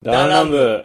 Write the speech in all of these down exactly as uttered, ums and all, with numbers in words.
ダンランブ。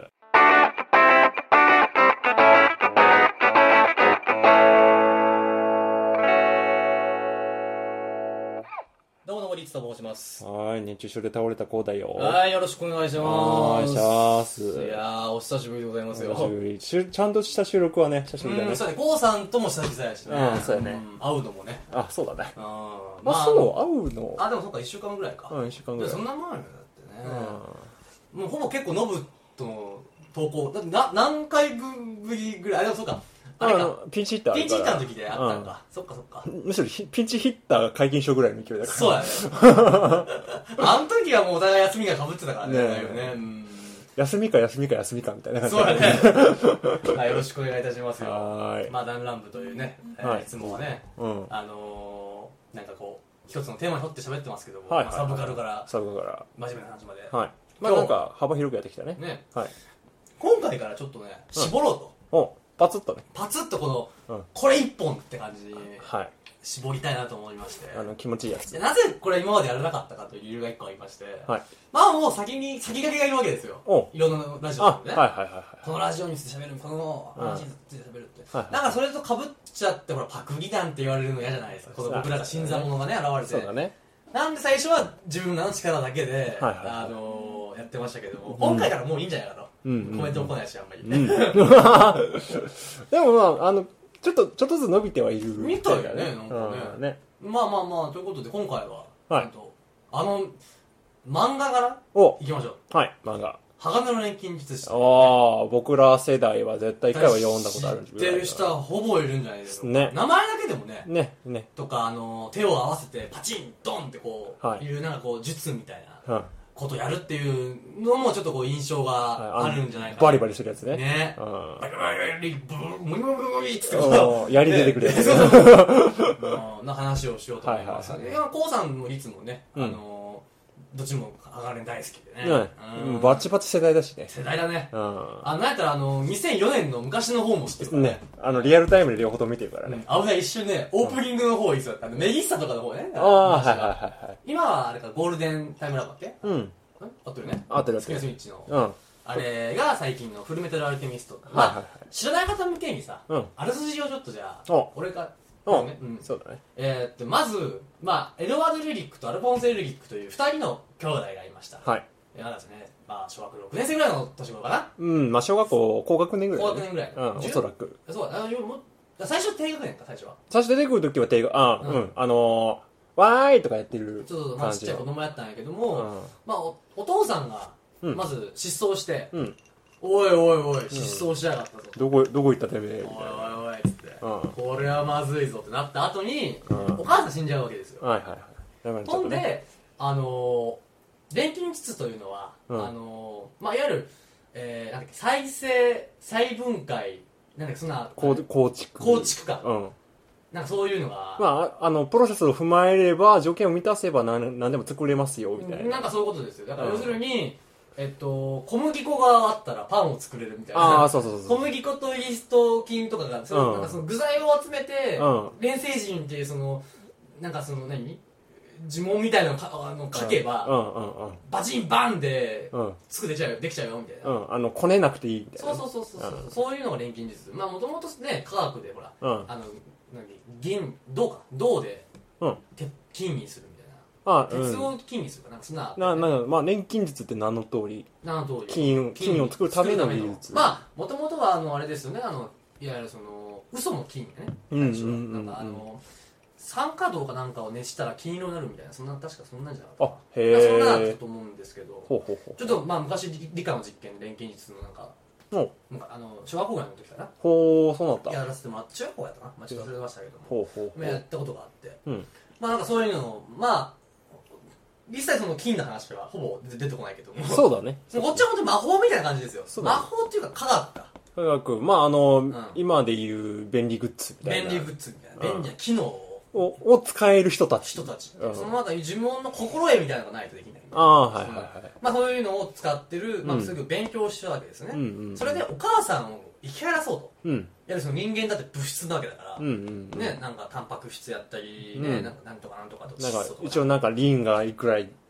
どうもどうもリッツと申します。 はい、熱中症で倒れたコウだよ。 はい、よろしくお願いします。 お願いします。 いやー、お久しぶりでございますよ。 久しぶり。しちゃんとした収録はね、久しぶりだね。 うん、そうね、ゴーさんとも久々やしね。 うん、そうやね、 うん。会うのもね。 あ、そうだね。 あ、 まあ、そう、会うの。 あ、でもそっか、いっしゅうかんぐらいか。 うん、いっしゅうかんぐらい。 そんな前だってね。 うん。 もうほぼ結構ノブとの投稿、だってな何回ぶりぐらい、あ、でもそうか。あれか、 ピンチヒッターピンチヒッターの時であったんか、うん、そっかそっか。 むしろピンチヒッター解禁賞ぐらいの勢いだから。 そうやね。あの時はもうお互い休みが被ってたからね。ねね、うん、 休みか休みか休みかみたいな感じ。 そうやね。はい、よろしくお願いいたしますよ。 はい。 まあ、ダンランブというね、はい、いつもはね、うん、あのー、なんかこう、一つのテーマに沿って喋ってますけども、はいはいはい、まあ、サブカルから、 サブカルから、 真面目な話まで。 はい。まあなんか幅広くやってきたね。 ね。 はい。 今回からちょっとね、絞ろうと。 うん、おパツッとね。 パツッとこの、うん、これ一本って感じに、 はい。 絞りたいなと思いまして。 あの、気持ちいいやつ。 なぜこれ今までやらなかったかという理由が一個ありまして、はい。まあもう先に、先駆けがいるわけですよ。おいろんなラジオでね。はいはいはいはい。このラジオについて喋る、この話について喋るって。うん、なんかそれと被っちゃって、ほら、パクリなんて言われるの嫌じゃないですか。この僕らが新参者がね、現れて。 そうだね。なんで最初は自分らの力だけで、はいはいはい、あのー、やってましたけども、うん、今回からもういいんじゃないかと。うん、コメントも来ないし、あんまり。うん、 でもまあ、あの、ちょっと、ちょっとずつ伸びてはいる。 みたいだね、なんかね。うん、ね、まあまあまあ、ということで今回は、はい、あの、漫画から行きましょう。 はい、漫画。 鋼の錬金術師、ね。 ああ、僕ら世代は絶対一回は読んだことある。 知ってる人はほぼいるんじゃないですか。ね。名前だけでもね。 ね、ね。 とか、あの、手を合わせてパチン、ドンってこう、はい、いうなんかこう、術みたいな。はい、ことやるっていうのもちょっとこう印象があるんじゃないかな。 バリバリするやつね。 ね。バリバリバリ、ブルムニムニムニってやり出てくるやつ。 な話をしようと思います。いや、コウさんもいつもね、あの、どっちも鋼大好きでね。 バチバチ世代だしね。 世代だね。あ、なんやったらあの、にせんよねんの昔の方も知ってるね。あの、リアルタイムで両方と見てるからね。 あ、俺一瞬ね、オープニングの方いつだったメギッサとかの方ね。 ああ、はいはいはい。 今はあれか、ゴールデンタイムラブだっけ？うん。合ってるね。 合ってる。 スペースウィッチの。うん。あれが最近のフルメタルアルテミスト。まあ、知らない方向けにさ、あらすじをちょっとじゃあ、俺が、 うん、そうだね。 えっと、まず、まあ、エドワード・ルリックとアルフォンセ・ルリックという二人の兄弟がいました。はい。まだですね、まあ、小学ろくねん生ぐらいの年頃かな。 うん、まあ、小学校高学年ぐらい。 高学年ぐらい。 うん、おそらく。 そう、あの、最初低学年か、最初は。 最初出てくるときは低学、あ、うん、あの、わーいとかやってる。 そうそう、まあ、ちっちゃい子供やったんやけども、まあ、お父さんが、まず失踪して、おいおいおい、失踪しやがったぞ。 どこ、どこ行ったてめえみたいな。 おいおいおい、つって。これはまずいぞってなった後に、お母さん死んじゃうわけですよ。はいはいはい。ほんで、あの、錬金術というのは、あの、まあ、いわゆる、えー、なんだっけ、再生、再分解、なんだっけ、そんな、 構築。 構築か。うん。なんかそういうのが。 まあ、あの、プロセスを踏まえれば、条件を満たせば何、何でも作れますよ、みたいな。 なんかそういうことですよ。だから要するに、えっと、小麦粉があったらパンを作れるみたいな。 ああ、そうそうそう。 小麦粉とイースト菌とかが、その、なんかその具材を集めて、連成人っていうその、なんかその何呪文みたいなのをあの書けば、バチンバンで作れちゃうよ、できちゃうよみたいな。 うん、あの、こねなくていいみたいな。 そうそうそうそう。そういうのが錬金術。まあもともとね、科学でほら、あの、何銀、銅か、銅で、金にする。あ、鉄を金にするかなんかそんな。 な、な、まあ、錬金術って名の通り。 名の通り。 金、金を作るための技術。 まあ、もともとは、あの、あれですよね、あの、いわゆるその、嘘の金ね。最初は。なんか、あの、酸化銅かなんかを熱したら金色になるみたいな、そんな、確かそんなんじゃなかった。あ、へえ。そんなだったと思うんですけど、ほうほうほう。ちょっと、まあ、昔、理科の実験で錬金術のなんか、なんか、あの、小学校ぐらいの時かな。 ほう、そうなった。 やらせてもらって、中学校やったな。まあ、ちょっと忘れましたけども。ほうほうほう。やったことがあって。うん。まあ、なんかそういうのを、まあ、実際その金の話はほぼ出てこないけども。 そうだね。 こっちは本当に魔法みたいな感じですよ。魔法っていうか科学か。 科学。まああの、今でいう便利グッズみたいな。 便利グッズみたいな。便利な機能を。 を使える人たち。 人たち。そのまた自分の心得みたいなのがないとできない。 ああ、はいはいはい。 まあそういうのを使ってる、まあすぐ勉強したわけですね。それでお母さんを生き返らそうと。うん。やはりその人間だって物質なわけだから、ね、なんかタンパク質やったり、ね、なんかなんとかなんとかと。 なんか一応なんかリンがいくら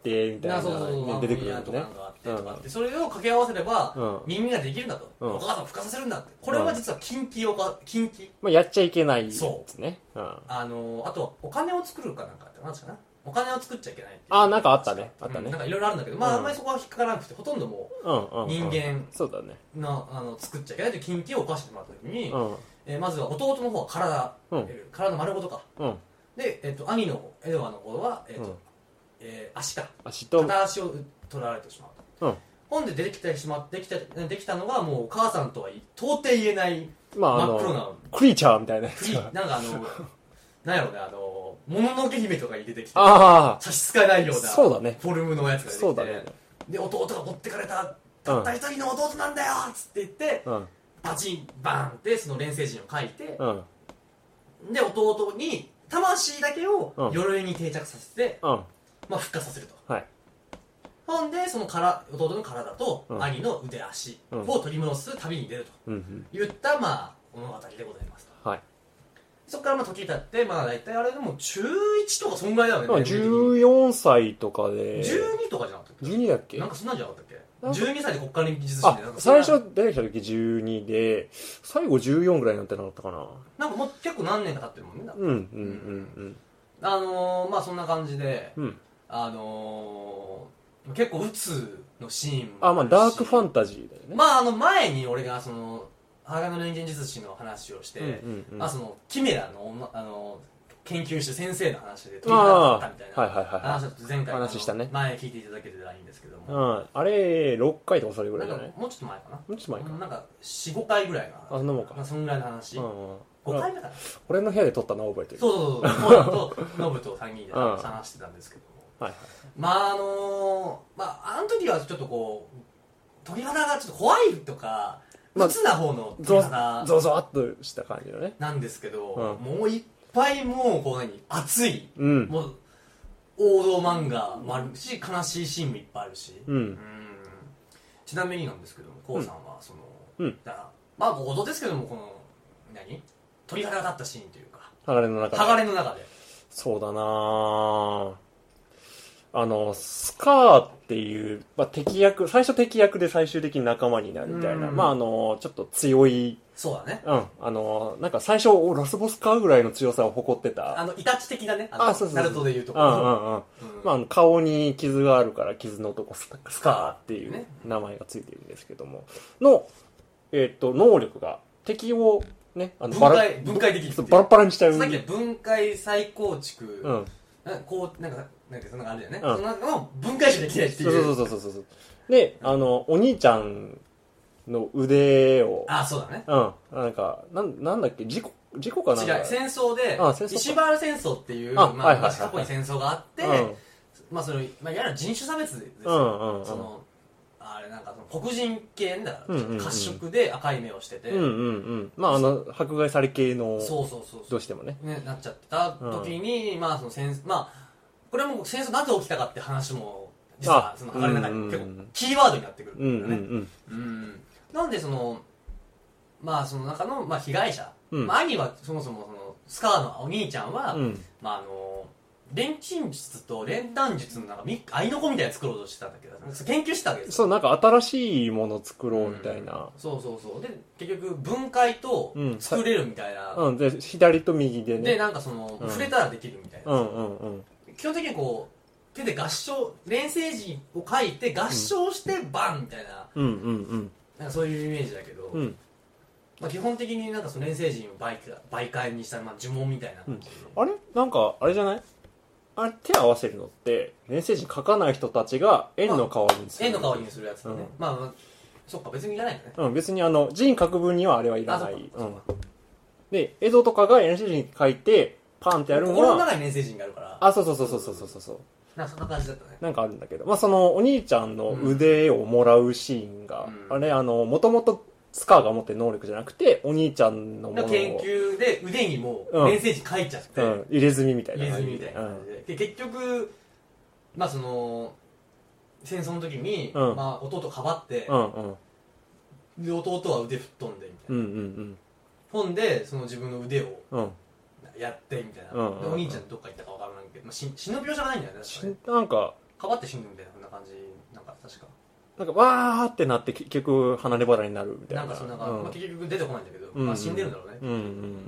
ってみたいな、 そうそうそう、 ね、出てくるんんねとかがあってとかって、うん、それを掛け合わせれば、 うん、 耳ができるんだと、うん、お母さんを吹かさせるんだって、これは実は禁忌をか禁忌、 まあ、やっちゃいけないですね。 そう、うん、あのあとお金を作るかなんかってなんですかな、お金を作っちゃいけないっていう、 あ、なんかあったね、あったね、 うん、なんかいろいろあるんだけど、まあ、うん、あんまりそこは引っかからなくて、ほとんどもう人間そうだねのあの作っちゃいけないという禁忌を犯してもらった時に、うん、えー、まずは弟の方は体、うん、体丸ごとか、うん、で、えー、と兄の方エドワの方は、えーとうんえー、足か足と片足を取られてしまうと、うん、本で出てきてしまってできたできたのがもうお母さんとは到底言えない、まあ、真っ黒なクリーチャーみたいなやつなんかあのなんやろうね、あのもののけ姫とかに出てきて差し支えないようなそうだ、ね、 フォルムのやつが出てきて、 そうだ、ね、 で弟が持ってかれたたった一人の弟なんだよっつって言って、うん、バチンバーンってその錬成陣を書いて、うん、で弟に魂だけを鎧に定着させて、うん、まあ、復活させると、はい、ほんでそのから弟の体と兄の腕足を取り戻す旅に出るといった、まあ、物語でございますと、はい、そこからまあ時経って、まあ、大体あれでも中いちとかそんぐらいだよね、まあ、 じゅうよんさいとかでじゅうにとかじゃなかったっけ、 じゅうにだっけ、 なんかそんなんじゃなかったっけ、じゅうにさいで国家錬金術師で、 最初出てきた時じゅうにで最後じゅうよんぐらいになってなかったかな、 なんかもう結構何年か経ってるもんね、 うんうんうんうん、 あのー、まあそんな感じで、うん、あのー、結構うつのシーンもああ、まあダークファンタジーだよね。 まああの前に俺がその鋼の錬金術師の話をして、うんうんうん、まあそのキメラのあの研究して先生の話で鳥肌立ったみたいな話だと前回話したね、 前聞いていただけてたらいいんですけども、 うん、あれろっかいとかそれぐらいじゃない？ もうちょっと前かな、 もうちょっと前かなんか よん,ご 回ぐらいの話、 あ、そんなもんか、 まあ、そんぐらいの話、うんうん、ごかいめかな、 俺の部屋で撮ったのは覚えてる、 そうそうそうそうとノブとさんにんで話してたんですけども、うん、はいはい、まああのー、まああの時はちょっとこう鳥肌がちょっと怖いとかうつな方の鳥肌ゾゾワっとした感じのねなんですけど、うん、もういっぱいもうこう何熱い、うん、もう王道漫画もあるし悲しいシーンもいっぱいあるし、うん、うん、ちなみになんですけどもこうさんはその、うん、だからまあ王道ですけどもこの何鳥肌が立ったシーンというか鋼の中で鋼の中でそうだなぁ、あのスカーっていう、まあ、敵役最初敵役で最終的に仲間になるみたいな、まああのちょっと強い、 そうだね、 うん、あのなんか最初ラスボスかぐらいの強さを誇ってたあのイタチ的なね、あのあそうそうそうナルトでいうところ、うんうんうんうん、まあ、あの顔に傷があるから傷の男スカーっていう名前がついてるんですけどもの、えー、っと能力が敵をね、あの分解分解できるっていうバラバラにしちゃう、 さっき分解再構築、うん、なこうなんかなんかそんなのあるよね、うん、その中の分解しかできないっていうそうそうそうそうそうで、うん、あのお兄ちゃんの腕をあそうだねうんなんかなんなんだっけ事故事故かな違う戦争で石原戦争っていうまあ、はいはいはい、過去に戦争があって、うん、まあそれまあいわゆる人種差別ですよ、うんうんうん、そのあれなんかその黒人系だから、うんうんうん、褐色で赤い目をしてて、うんうんうん、 まああの迫害され系のそうそうそうどうしてもねねなっちゃった時に、うん、まあその戦まあこれも戦争なぜ起きたかって話も実はその鋼の中に結構キーワードになってくるんだよね、うんうんうん、なんでそのまあその中の、まあ、被害者、うんまあ、兄はそもそもそのスカーのお兄ちゃんは、うんまああの錬金術と錬弾術のなんか合いの子みたいなの作ろうとしてたんだけど研究してたわけですよ。 そうなんか新しいものを作ろうみたいな、うん、 そうそうそうで結局分解と作れるみたいな、 うん、で左と右でねでなんかその、うん、触れたらできるみたいな、うんうんうん、基本的にこう手で合唱錬成陣を書いて合唱してバンみたいな、うんうんうん、なんかそういうイメージだけど、うんまあ、基本的になんかその錬成陣を媒媒介にした、まあ、呪文みたいな感じで、 うん、あれなんかあれじゃないあれ手合わせるのって錬成陣書かない人たちが円の代わりにする、 円の代わりにするやつだね、うん、まあ、まあ、そっか別にいらないんだね、 うん、別にあの陣書く分にはあれはいらない、うん、で映像とかが錬成陣書いてパンってやるのは心の中に錬成陣があるからあそうそうそうそうそうそうそうなんかそんな感じだったねなんかあるんだけど、まあ、そのお兄ちゃんの腕をもらうシーンが、うん、あれあのもともとスカーが持ってる能力じゃなくてお兄ちゃんのものを研究で腕にもう錬成陣書いちゃって、うんうん、 入れ墨みたいな入れ墨みたいな感じで、うん、で結局まあその戦争の時に、うんまあ、弟かばって、うんうん、で弟は腕吹っ飛んでみたいな、うんうんうん、ほんでその自分の腕をやってみたいな、うんうんうん、でお兄ちゃんどっか行ったか分からないけど、まあ、し忍び寄せがないんだよね確かになんかかばって死ぬみたいなそんな感じなんか確かなんかわーってなって結局離れ離れになるみたいななんかそのなんか、 うんまあ、結局出てこないんだけど、 うんまあ、死んでるんだろうね、 うんうんうん、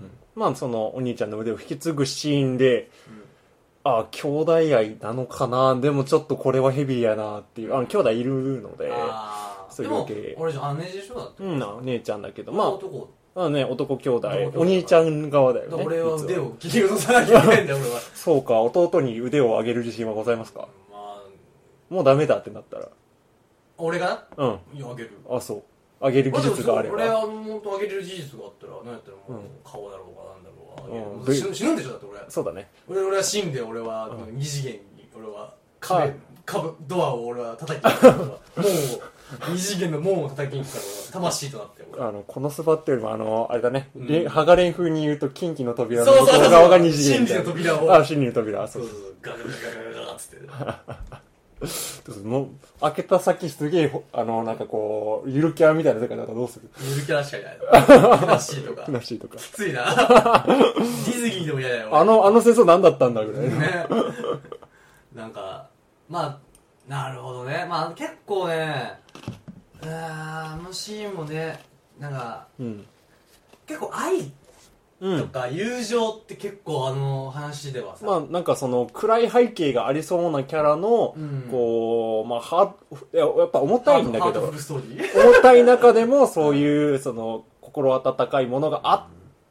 まあそのお兄ちゃんの腕を引き継ぐシーンで、うん、ああ兄弟愛なのかな、でもちょっとこれはヘビーやなっていう、あの兄弟いるので、 あそういうわけでも俺じゃ姉でしょだって、 うんな姉ちゃんだけど、まあ男まあね、男兄弟、 男お兄ちゃん側だよね。 俺は腕を切り落とさなきゃいけないんだよ俺はそうか、弟に腕を上げる自信はございますか？ まあもうダメだってなったら俺がうんいや上げるあ、そう上げる技術があれば俺は本当上げれる技術があったら何やったらもう、うん、顔だろうがなんだろうが、うん、死, ぬ死ぬんでしょだって俺そうだね俺俺は死んで俺は二次元に俺は壁壁ドアを俺は叩きに行くからもう二次元の門を叩きに行くから魂となってあのこのスバってよりもあのあれだね、 うん、 ハガレン風に言うと近畿の扉の向こう側が二次元みたいな真理の扉をあ真理の扉そうそうそうガガガガガガガッつってもう開けた先すげえあのなんかこうゆるキャラみたいな世界だったらどうする？ ゆるキャラしかいないふなっしーとかふなっしーとかきついなディズニーでも嫌だよあのあの戦争何だったんだぐらいの、 ね、なんかまあなるほどねまあ結構ねあのシーンもねなんか、うん、結構愛とか友情って結構あの話ではさ、 まあなんかその暗い背景がありそうなキャラの、うん、こうまあはやっぱ重たいんだけど重たい中でもそういうその心温かいものがあって、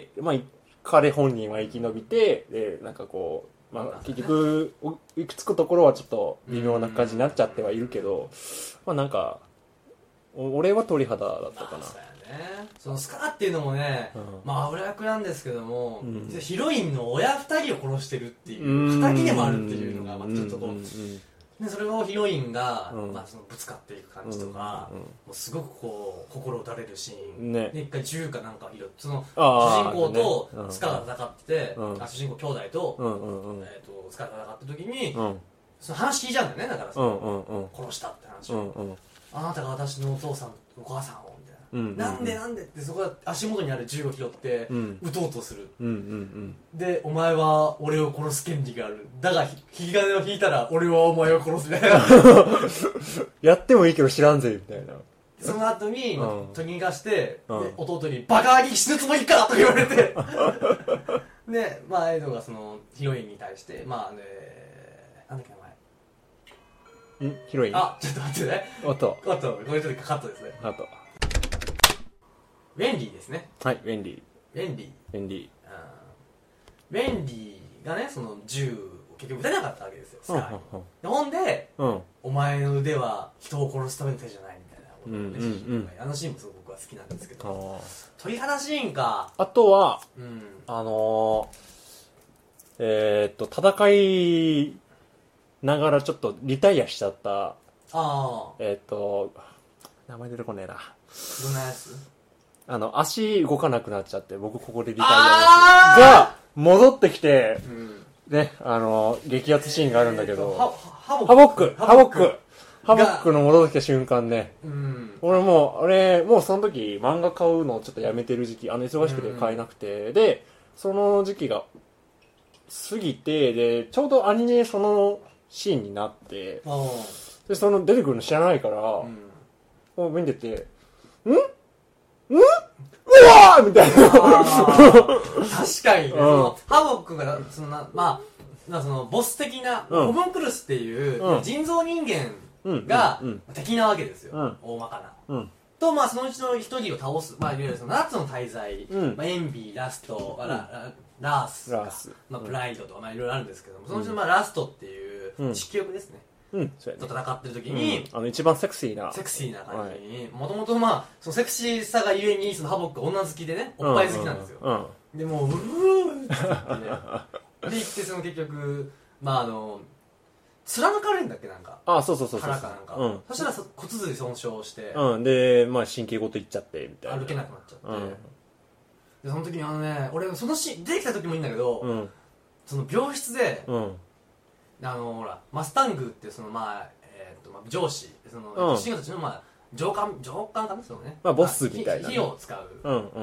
まあ彼本人は生き延びてでなんかこうまあ結局行き着くところはちょっと微妙な感じになっちゃってはいるけど、まあなんか俺は鳥肌だったかな。 ね、そのスカーっていうのもね、うん、まあ油役なんですけども、うん、ヒロインの親二人を殺してるっていう仇でもあるっていうのが、まあ、ちょっとこう、うん、でそれをヒロインが、うんまあ、そのぶつかっていく感じとか、うん、もうすごくこう心打たれるシーン、ね、で一回銃かなんかその主人公とスカが戦ってて、うん、あ主人公兄弟と,、うんえー、とスカが戦った時に、うん、その話聞いちゃうんだよねだからその、うんうん、殺したって話を、うんうん、あなたが私のお父さんお母さんをうんうんうん、なんでなんでってそこで足元にある銃を拾って撃とうとする、うんうんうん、でお前は俺を殺す権利があるだが引き金を引いたら俺はお前を殺すみたいなやってもいいけど知らんぜみたいなその後に、まあ、取り逃がして、うん、で弟にバカに死ぬつもりかと言われてでまあエイドがそのヒロインに対してまあねなんだっけ名前んヒロインあちょっと待ってねおっとおっとこれちょっとカットですねあとウェンディですねはいウェンディウェンディウェンディウェンディがねその銃を結局撃てなかったわけですよスカーに、うんうん、ほんで、うん、お前の腕は人を殺すための手じゃないみたいなことをね、うんうんうん、あのシーンもすごく僕は好きなんですけど鳥肌シーンかあとは、うん、あのー、えー、っと戦いながらちょっとリタイアしちゃったあえー、っと名前出てこねえなどんなやつあの足動かなくなっちゃって僕ここでリタイアが戻ってきて、うん、ねあの激アツシーンがあるんだけど、えー、ハボックハボックハボックの戻ってきた瞬間ね、うん、俺もう俺もうその時漫画買うのをちょっとやめてる時期あの忙しくて買えなくて、うん、でその時期が過ぎてでちょうどアニメそのシーンになってでその出てくるの知らないから、うん、もう見ててんんうわーみたいな確かにね、うん、そのハボックがそのなまあそのボス的な、うん、ホムンクルスっていう、うん、人造人間が、うん、敵なわけですよ、うん、大まかな、うん、とまあそのうちの一人を倒すまあいわゆるそのななつの大罪、うんまあ、エンビーラスト、うん、ラ, ラースかラース、まあ、プライドとかまあいろいろあるんですけどもそのうちのまあラストっていう地球ですね、うん、と戦ってる時に、 うん、あの一番セクシーなセクシーな感じにもともとまあそのセクシーさがゆえにそのハボック女好きでねおっぱい好きなんですよ、うんうんうん、でもううーって言ってねで言ってその結局まああの貫かれるんだっけなんかあそうそうそうそう腹かなんか、うん、そしたら骨髄損傷して、 うん、でまあ神経ごといっちゃってみたいな歩けなくなっちゃって、うん、でその時にあのね俺そのシ出てきた時もいいんだけど、うん、その病室で、うんあのほらマスタングってそのまあ、えー、とまあ上司そのシンガたちのまあ上官上官かなそのねまあボスみたいな、 ね、火を使う、うんうん、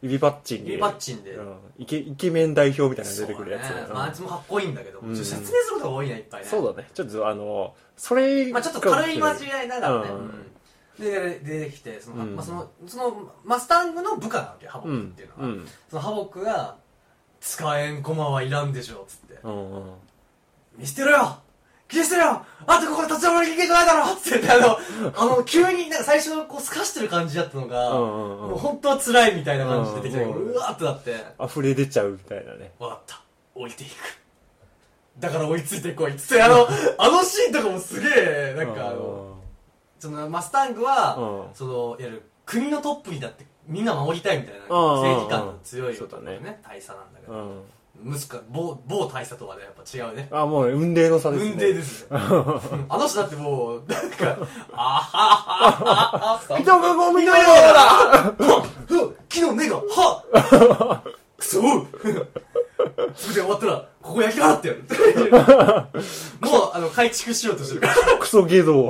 指パッチンで指パッチンで、 うん、イケイケメン代表みたいなの出てくるやつ、 ね、まあ、あいつもかっこいいんだけど、うん、説明することが多いねいっぱいね。 そうだね、ちょっとあのそれまあちょっと軽い間違いながらね、 うんうん、で出てきてその、うんまあ、そのそのマスタングの部下なわけ、ハボックっていうのは、うん、そのハボックが使えん駒はいらんでしょっつって、うんうん、見捨てろよ消してろよあとここで立ち止まりきけじゃないだろって言って、あの、あの、急に、なんか最初こう、透かしてる感じだったのが、うんうんうん、もう本当は辛いみたいな感じで出てきて、うんうん、うわーってなって。 溢れ出ちゃうみたいなね。 わかった。置いていく。だから追いついてこいっつって、あの、あのシーンとかもすげえ、なんかあの、その、マスタングは、うん、その、いわゆる、国のトップになってみんな守りたいみたいな、正義感の強い、ね、ね、大佐なんだけど。うん息子某某大佐とはねやっぱ違うね。 あもう雲泥の差ですね。 雲泥ですね。あの人だってもうなんかあははは人がゴミのようだ。木の根がはくそ。それで終わったらここ焼き払ってやる。もうあの改築しようとしてるから。 クソゲド。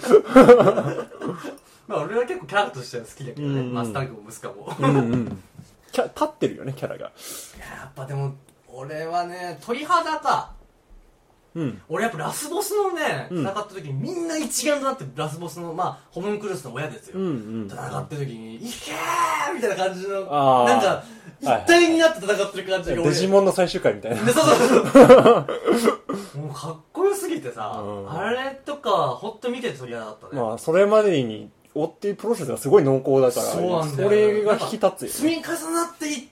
まあ俺は結構キャラとしては好きだけどね。マスターグも息子も。 うんうん。キャ立ってるよねキャラが。いややっぱでも。俺はね、鳥肌か。うん。俺やっぱラスボスのね、戦った時にみんな一丸となってラスボスの、まあ、ホムンクルスの親ですよ。うんうん、戦ってる時に、いけーみたいな感じの、なんか、一体になって戦ってる感じが俺。 デジモンの最終回みたいな。 そうそうそう。もうかっこよすぎてさ、うん、あれとか、ほんと見てて鳥肌だったね。 まあ、それまでに、追っていうプロセスがすごい濃厚だから、そうなんだよ、ね、それが引き立つよ、ね。 積み重なっていった、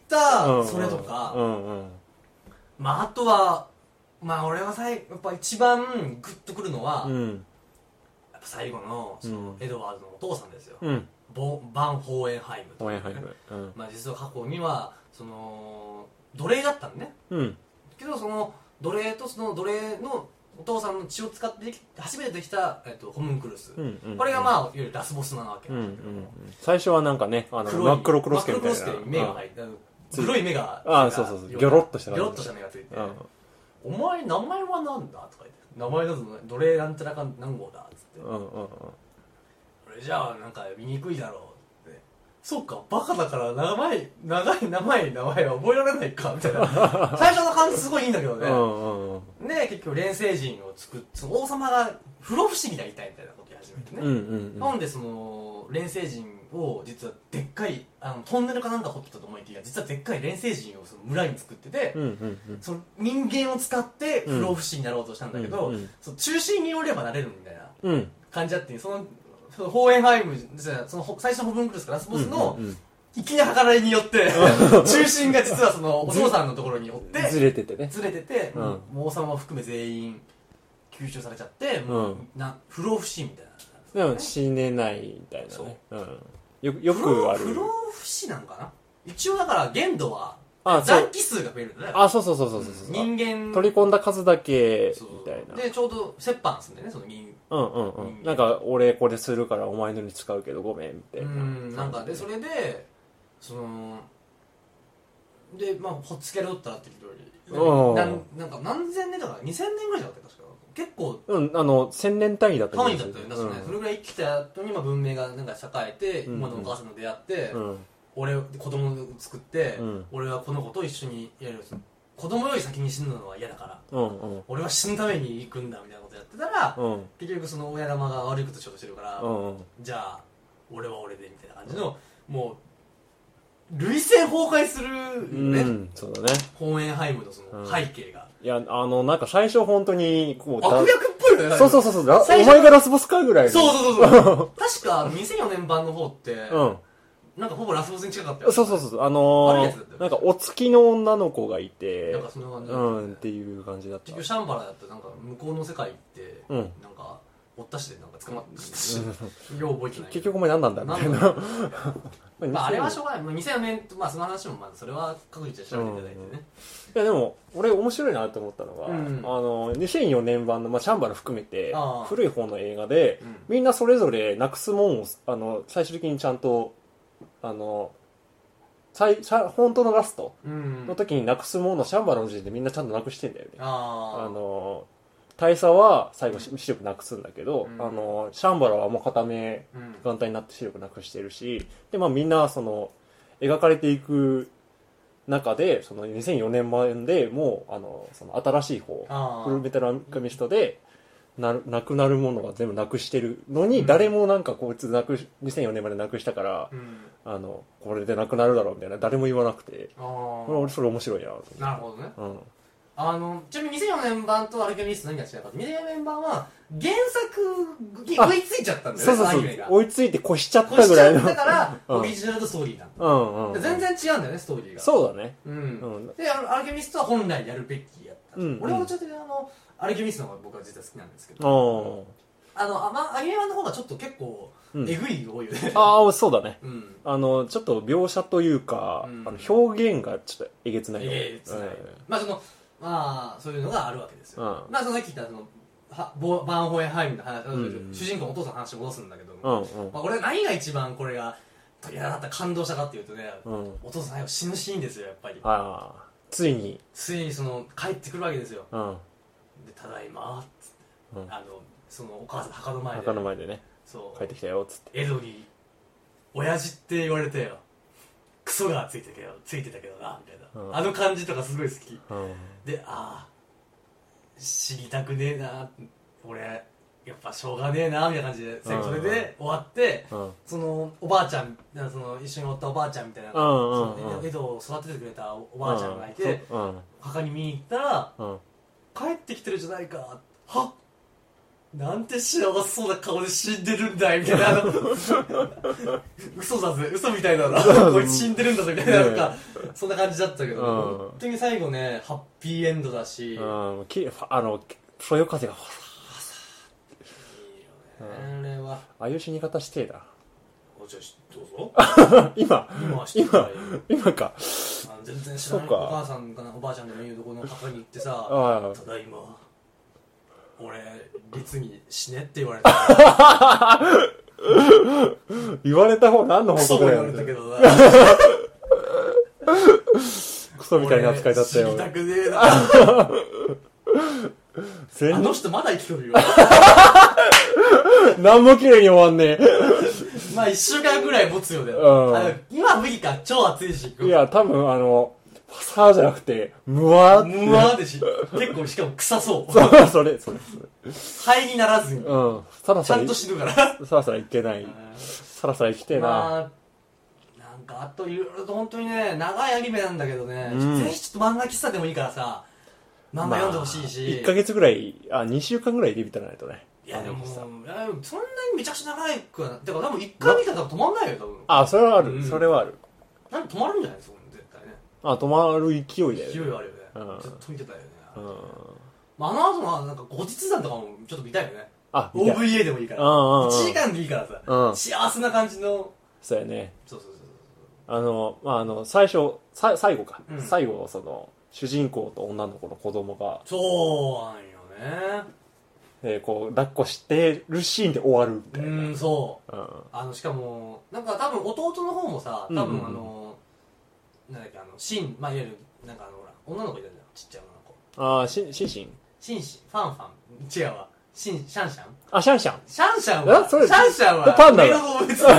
それとか、うんうんうんまああとはまあ俺はさいやっぱ一番グッとくるのは、うん、やっぱ最後のそのエドワードのお父さんですよ、うん、ボバン・ホーエンハイムと、ねうん、まあ実は過去にはその奴隷だったんね、うん、けどその奴隷とその奴隷のお父さんの血を使って初めてできた、えっと、ホムンクルス、うんうんうん、これがまあいわゆるラスボスなわけなんだけど、うんうんうん、 最初はなんかねあの真っ黒クロスケみたいな真っ黒クロスケに目が入って、うん黒い目がああそうそうそうギョロッとしたギョロッとした目がついて、うん、お前名前はなんだとか言って名前だぞ奴隷なんちゃらか何号だっつって、うんうんうん、俺じゃあなんか見にくいだろうってそっかバカだから名前長い名前名前は覚えられないかみたいな最初の感じすごいいいんだけどね、うんうんうん、で結局錬成人を作ってその王様が不老不死になりたいみたいなこと言い始めてね、うんうんうん、なんでその錬成人を実はでっかいあのトンネルかなんか掘ってたと思いきや実はでっかい錬成人をその村に作ってて、うんうんうん、その人間を使って不老不死になろうとしたんだけど、うんうん、その中心に寄ればなれるみたいな感じだってそのそのホーエンハイムその最初のホブンクルスからラスボスの、うんうんうん粋な計らいによって中心が実はそのお父さんのところにおってずれててねずれてて、うん、もう王様を含め全員吸収されちゃってもう、うん、な不老不死みたいな、 ね、でも死ねないみたいなね、うん、よ, よくある不老不死なのかな一応だから限度は残機数が増えるんだねあそうそうそうそうそう、 うん、人間取り込んだ数だけみたいなでちょうど折半するんだよねその人うんうんうんなんか俺これするからお前のに使うけどごめんみたいなうんなんかでそれでそのでまあほっつけろったらって言うよりなんなんか何千年だからにせんねんぐらいだった確か結構うんあの千年単位だった単位だったよね、うん、それぐらい生きた後にまあ文明がなんか栄えて、うん、今のお母さんと出会って、うん、俺子供を作って、うん、俺はこの子と一緒にやる子供より先に死ぬのは嫌だから、うんうん、俺は死ぬために行くんだみたいなことやってたら、うん、結局その親玉が悪いことしようとしてるから、うんうん、じゃあ俺は俺でみたいな感じのもう類線崩壊するね、うん、そうだねホーエンハイムのその背景が、 うん、いやあのなんか最初本当にこう悪役っぽいよねそうそうそうそうお前がラスボスかぐらいのそうそうそうそう確かにせんよねん版の方って、うん、なんかほぼラスボスに近かったよそうそうそうあのー、なんかお付きの女の子がいてなんかそんな感じだった、ね、うんっていう感じだった結局シャンバラだってなんか向こうの世界行って、うん、なんかおったしでなんか捕まってし、うん、よう覚えてない結局お前何なんだみたいなまあ、あれはしょうがないにせんよねんまあその話もまあそれは各自で調べていただいてね、うん、いやでも俺面白いなと思ったのが、うん、あのにせんよねん版の、まあ、シャンバラ含めて古い方の映画で、うん、みんなそれぞれなくすもんをあの最終的にちゃんとあの最本当のラストの時になくすものをシャンバラの時点でみんなちゃんとなくしてんだよね、うん、あ, あの大佐は最後視力なくすんだけど、うん、あのシャンバラはもう片目眼帯になって視力なくしてるしで、まあ、みんなその描かれていく中でそのにせんよねん版でもうあのその新しい方フルメタルアルケミストでな, なくなるものは全部なくしてるのに、うん、誰もなんかこいつなくにせんよねんまでなくしたから、うん、あのこれでなくなるだろうみたいな誰も言わなくて、あ俺それ面白いなと。 なるほどね、うん、あのちなみににせんよねん版とアルケミスト何が違うか、にせんよねん版は原作に追いついちゃったんだよね。そうそうそう、 追いついて越しちゃったぐらいの。 越しちゃったからオリジナルとストーリーなんだ、うんうん、全然違うんだよねストーリーが。 そうだね、 うんうん、でアルケミストは本来やるべきやった、うん、俺はちょっとあのアルケミストの方が僕は実は好きなんですけど、あのあ、ま、アニメ版の方がちょっと結構えぐい多いよね、うん、 ああそうだね、うん、あのちょっと描写というか、うん、あの表現がちょっとえげつない、 えげつない、うん、まあそのまあそういうのがあるわけですよ、うん、まあそのさっき言ったそのはボバンホエンハイムの話、うん、主人公のお父さんの話に戻すんだけど、うんうん、まあ、俺何が一番これが鳥肌立った感動したかっていうとね、うん、お父さん最後死ぬシーンですよやっぱり。 あついについにその帰ってくるわけですよ、うん、でただいまっつって、うん、あのそのお母さんの墓の前で墓の前でね、 そう帰ってきたよっつって、 エドに親父って言われてよ、クソがついてたけどついてたけどなみたいな、うん、あの感じとかすごい好き、うん、でああ死にたくねえな俺やっぱしょうがねえなみたいな感じで、うん、それで終わって、うん、そのおばあちゃんその一緒におったおばあちゃんみたいな、うん、その江戸を育ててくれたおばあちゃんがいて、うん、墓に見に行ったら、うん、帰ってきてるじゃないか、はっなんて幸せそうな顔で死んでるんだいみたいな嘘だぜ嘘みたいだなこいつ死んでるんだぜみたいな、なんかそんな感じだったけど、うん、本当に最後ねハッピーエンドだし、うん、 きあのそよ風がファあれはああいう死に方してえだ。 じゃあどうぞ今今はしてない今今かあの全然知らないお母さんかなおばあちゃんでもいいとこの墓に行ってさあただいま俺律に死ねって言われた言われた方何の方クソも言われたけどなクソみたいな扱いだったよ。 死にたくねえなあの人まだ生きとるよ何も綺麗に終わんねえまあいっしゅうかんぐらい持つよね、うん、あの今無理か超暑いしいや多分あのファサーじゃなくてムワーってムワーでし結構しかも臭そうそうそれそれ肺にならずに、うん、 さらさらちゃんと死ぬからさらさらいけないさらさら生きてえな、まあ、 なんかあといろいろと本当にね長いアニメなんだけどね、うん、ぜひちょっと漫画喫茶でもいいからさ漫画読んでほしいし、まあ、 いっかげつぐらいあにしゅうかんぐらいで見たらないとね。 いやでもそんなにめちゃくちゃ長いくはないだから多分いっかい見たら止まんないよ多分。 あそれはある、うん、それはある。 なんか止まるんじゃないですか絶対ね。 あ止まる勢いだよね。 勢いあるよね、うん、ずっと見てたよね、うんまあ、あの後のなんか後日談とかもちょっと見たいよね。あ オーブイエー でもいいから、うんうん、いちじかんでいいからさ、うん、幸せな感じの。 そうやね。そうそうそうそうあのまああの最初さ最後か、うん、最後その主人公と女の子の子供がそうなんよね、 えー、こう抱っこしてるシーンで終わるみたいな。 うんそう、うん、あのしかもなんか多分弟の方もさ多分あの、うんうん、なんだっけあのシンまあいわゆるなんかあのほら女の子いたじゃんちっちゃい女の子。 ああシンシンシンシンシンファンファン違うわシンシャンシャンあシャンシャンシャンシャンはそれシャンシャンはパンダだ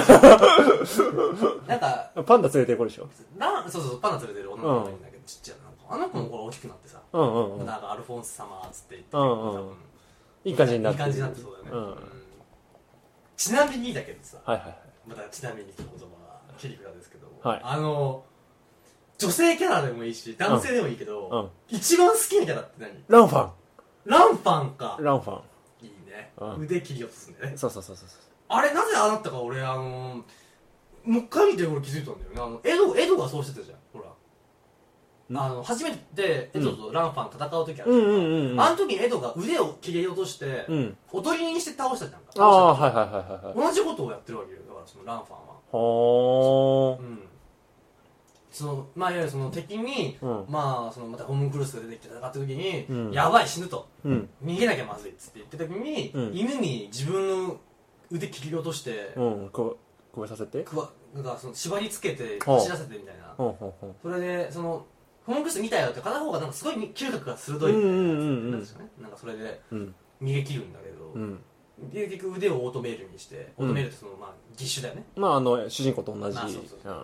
なんかパンダ連れてる子でしょ。 なそうそうパンダ連れてる女の子がいるんだけど、うん、ちっちゃいあの子もこれ大きくなってさ、うんうんうん、なんかアルフォンス様っつって言って、うんうん、 いい感じになっていい感じになってそうだよね、うんうん、ちなみにだけどさ、はいはいはい、またちなみに一言は切り札ですけど、はい、あの女性キャラでもいいし男性でもいいけど、うんうん、一番好きなキャラって何？ ランファン。 ランファンか。 ランファンいいね、うん、腕切り落とすんだよね。 そうそうそうそう。 あれなぜああなったか俺あのもう一回見て俺気づいたんだよね。あのエドエドがそうしてたじゃんほら。あの初めてエドとランファン戦う時あるじゃん、うんうんうん、あの時にエドが腕を切り落として、うん、おとりにして倒したじゃんか。 ああはいはいはいはい。 同じことをやってるわけよだからそのランファンは。 はあ、うん、 そのまあいわゆるその敵に、うん、まあそのまたホームクルスが出てきて戦った時に、うん、やばい死ぬと、うん、逃げなきゃまずいっつって言ってた時に、うん、犬に自分の腕切り落として、うん、こくわさせてくわなんかその縛り付けて走らせてみたいな、うん、それでそのホームクルス見たよって片方がなんかすごい嗅覚が鋭いみたいなやつなんですよね。なんかそれで逃げ切るんだけど、うん、で結局腕をオートメールにして、オートメールってそのまあ義手だよね。 まああの主人公と同じ、まあ、そうそうそう、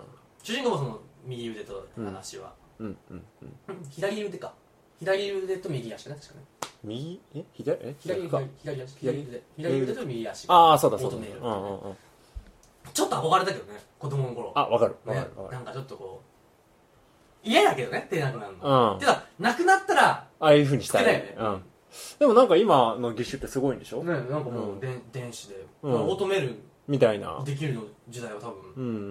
主人公もその右腕と話は、 うんうんうん、 左腕か左腕と右足ね確かね右え左え左左左足左腕左腕と右足ああそうだそうだ、 ねうんうんうん、ちょっと憧れたけどね子供の頃あわかるわかる、 ね、なんかちょっとこう嫌だけどね手なくなるの、うん、てかなくなったらああいう風にしたい、 ねうん、でもなんか今の義手ってすごいんでしょねなんかもう、うん、電電子で、うん、オートメールみたいなできるの時代は多分、うんうんうん、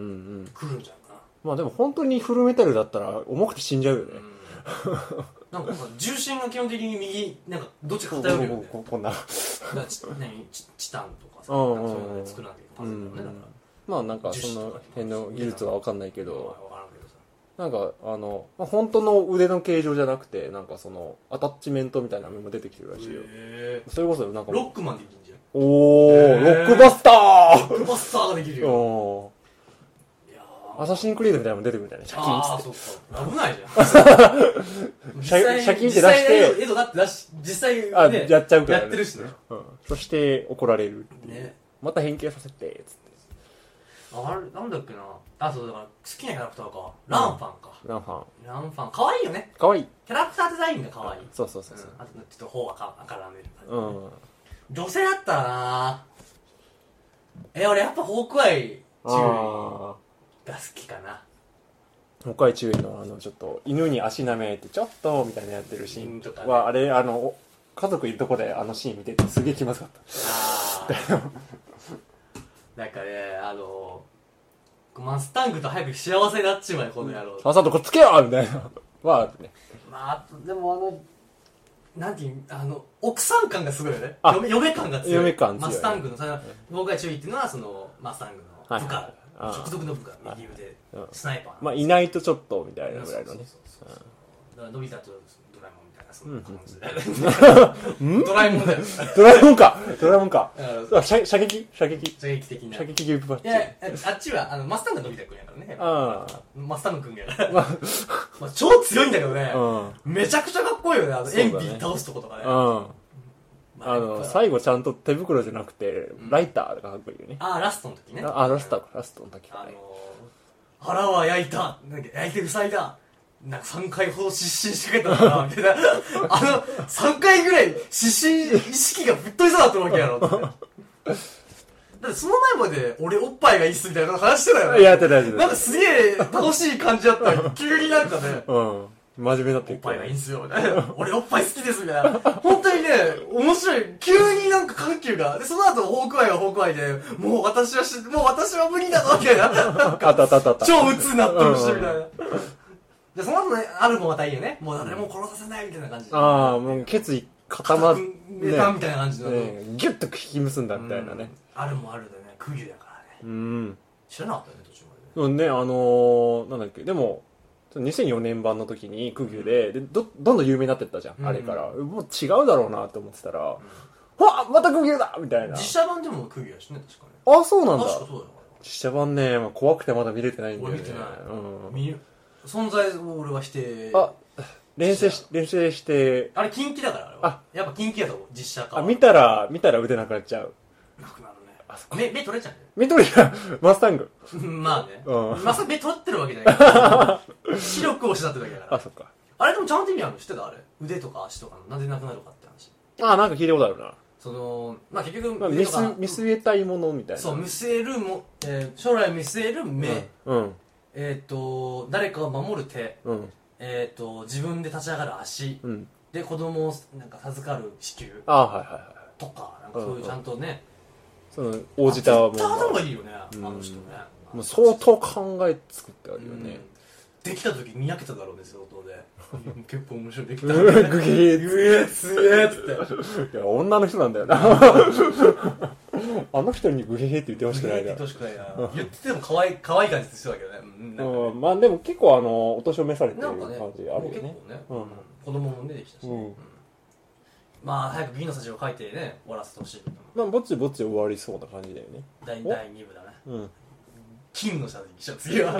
来るんじゃないかな。 まあでも本当にフルメタルだったら重くて死んじゃうよね、 うん、なんか重心が基本的に右なんかどっちか偏るよねこ, こんな何チ, チタンとかさ、うんうんうん、そういうので作らなきゃいけない、うんうん、だからまあなんかその辺の技術は分かんないけどなんかあの、まあ、本当の腕の形状じゃなくてなんかそのアタッチメントみたいなのも出てきてるらしいよ。それこそなんかロックマンできるんじゃん。 おー、ロックバスターロックバスターができるよ。 いやアサシンクリードみたいなのも出てくるみたいなシャキンっつって。 あーそっか危ないじゃんシャシャキンって出してエドだって出し実際、ね、 あやっちゃうから、ね、 やってるしね、 うん、そして怒られるっていう、 ね、 また変形させてっつってあれなんだっけなあそうだから好きなキャラクターかランファンか、 うん、ランファンランファン可愛いよね可愛いキャラクターデザインが可愛いそうそうそうそう、 うん、あとちょっと頬がか絡める感じ、 うん、 女性だったらなえ俺やっぱホークアイチュウイが好きかなホークアイチュウイのあのちょっと犬に足舐めてちょっとみたいなやってるシーンとかは、ね、あれあの家族いるとこであのシーン見ててすげえ気まずかったあなんかねあのマスタングと早く幸せになっちまえこの野郎さっさとこっつけよみたいなまあねまあでもあのなんていうあの奥さん感がすごいよね嫁, 嫁感が強い嫁感強い、 マスタングのその僕が注意っていうのはそのマスタングの部下、はいはい、直属の部下右腕スナイパーまあいないとちょっとみたいなぐらいのねだからのび太とドラえもんみたいなそんな感じでドラえもんだよドラえもんかドラえもんか射射撃射撃射撃的な射撃ギブバッチいやあっちはあのマスタングのび太くんやからねあマスタングくんやからまあ超強いんだけどねめちゃくちゃかっこいいよねあのエンビー倒すとことかねあの最後ちゃんと手袋じゃなくてライターがかっこいいよねあラストの時ねあラストラストの時あの腹は焼いた焼いて塞いだなんかさんかいほど失神してくれたのかなみたいなあのさんかいぐらい失神意識がぶっ飛びそうだったわけやろってだってその前まで俺おっぱいがいいっすみたいな話してたよねやってたやってたなんかすげえ楽しい感じだったら急になんかねうん真面目になっておっぱいがいいんすよみたいな俺おっぱい好きですみたいな本当にね面白い急になんか緩急がでその後ホークアイはホークアイでもう私はしもう私は無理だぞみたいなあったあったあった超鬱になってるしみたいなでその後ねあるもまたいいよねもう誰も殺させないみたいな感じでああもう決意固まっめたみたいな感じのねギュッと引き結んだみたいなねあるもあるでね空輸だからねうん知らなかったよね途中までねねあのなんだっけでもにせんよねん版の時に空輸でで ど, どんどん有名になってったじゃん、うん、あれからもう違うだろうなって思ってたら、うん、わまた空輸だみたいな実写版でも空輸やしね確かにあそうなんだ確かそうだよ実写版ね、まあ、怖くてまだ見れてないんだよね俺見てない、うん、見る存在を俺はしてあ練習し練習してあれ近畿だからあれはあやっぱ近畿やと思う実写化あ見たら見たら腕なくなっちゃうなくなるねあ目目取れちゃうね目取れちゃうマスタングまあね、うん、まさか目取ってるわけじゃないから視力を失ってるだけだからあそっかあれでもちゃんと意味あるの知ってたあれ腕とか足とかのなんでなくなるかって話あなんか聞いたことあるなそのまあ結局、 まあ、見据見据えたいものみたいなそう見据えるも、えー、将来見据える目、 うんうんえっ、ー、と誰かを守る手、 うんえっ、ー、と自分で立ち上がる足、うん、で子供をなんか授かる子宮あはいはいはいとかなんかそういうちゃんとね、 うんうん、その応じたもの絶対頭がいいよね、うん、あの人ねもう相当考え作ってあるよね、 うん、できた時にやけただろうね相当で結構面白いできたグゲーグゲーつえーっていや女の人なんだよなあの人にグヘヘって言ってほしくないな。 言ってほしくないな。言ってても可愛い可愛い感じするわけどね。 うんなんかねうん、まあでも結構あのお年を召されてる感じあるよね。 結構ね、うん、子供も出てきたし、うんうん、まあ早く銀のさじを書いてね終わらせてほしい。 まあぼちぼち終わりそうな感じだよね。 だいだいに部だね。 うん。 金のさじにしよう次は。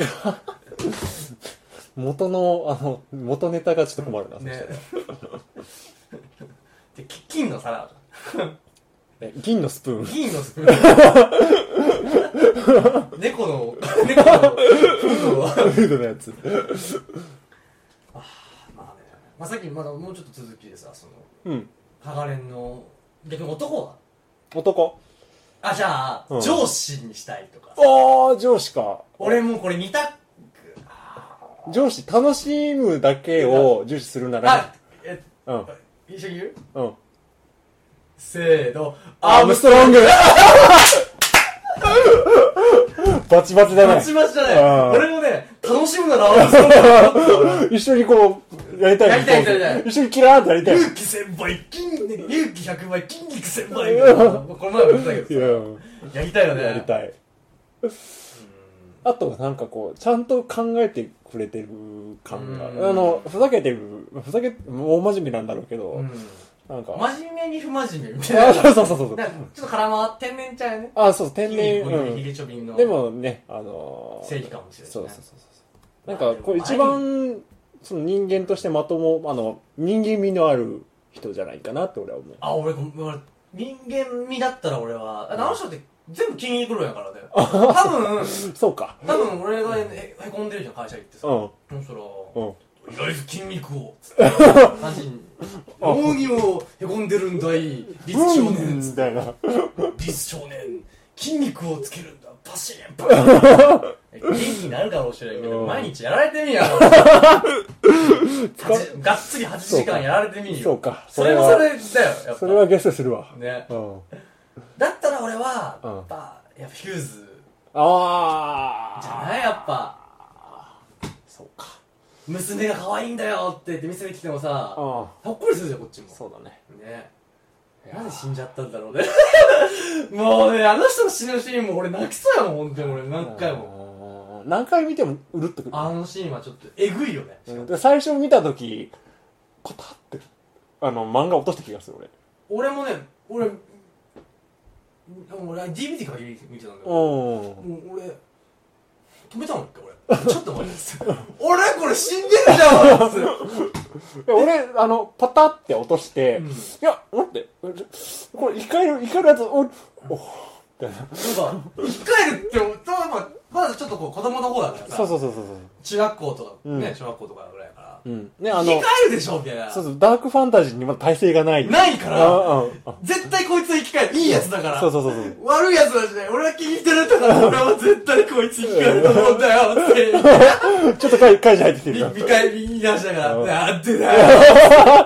元のあの元ネタがちょっと困るな、うん、ね。 で金の皿。 銀のスプーン銀のスプーン猫の猫のフードはフードのやつあまあね、まあ、さっきまだもうちょっと続きでさその、 うん、 ハガレンの逆に男は男あじゃあ、うん、上司にしたいとかああ上司か俺もこれ似た上司楽しむだけを重視するならあえうん、 一緒に言ううんせーのアームストロングバチバチだねバチバチだね俺もね楽しむならアームストロング一緒にこうやりたいやりたいやりたい一緒にキラーってやりたい勇気せんばい筋肉勇気ひゃくばい筋肉せんばいこの前も言ったけどさやりたいよねやりたいあとなんかこうちゃんと考えてくれてる感があのふざけてるふざけ大真面目なんだろうけど、うん、なんか真面目に不真面目みたいなそうそうそうそうちょっと空回天然ちゃうよねあそう天然うんでもねあのー、 正義かもしれない、ね、 そうそうそうそうなんかこう一番その人間としてまともあの人間味のある人じゃないかなって俺は思うあ俺人間味だったら俺はあの人って全部筋肉論やからね多分そうか多分俺が へ, へこんでるじゃん会社行ってさ、うん、そしたら、うん、とりあえず筋肉をつって感じに何をへこんでるんだいリス少年みたいなリス少年筋肉をつけるんだパシーンパシーン元気になるかもしれないけど毎日やられてみやがっつりはちじかんやられてみよそうかそれもそれだよやっぱそれはゲスするわね、うん、だったら俺は、うん、やっぱやっぱフューズああじゃないやっぱそうか娘が可愛いんだよって言って店に来てもさほっこりするじゃんこっちもそうだねねなんで死んじゃったんだろうねもうねあの人の死ぬシーンも俺泣きそうやもん本当に俺何回も何回見てもうるっとくるあのシーンはちょっとえぐいよね、 うん、最初見た時コタってあの漫画落とした気がする俺俺もね俺俺 ディーブイディー から見てたんだけどもう俺止めたもん一回俺ちょっと待って俺これ死んでるじゃんって俺あのパタって落として、うん、いや待ってこれ生き返る生き返るやつおおみたいななんか生き返るってまだちょっとこう子供の方だからさそうそうそうそう中学校とか、うん、ね小学校とかぐらいから、 うんね、あの生き返るでしょみたいなそうそうダークファンタジーにまだ耐性がないないから絶対こいつは生き返るいいやつだからそうそうそうそう悪いやつだしね俺は気に入ってるんだから俺は絶対こいつ生き返ると思うんだよってちょっと会会社入ってきてるから見返り言い出したからなんでだよ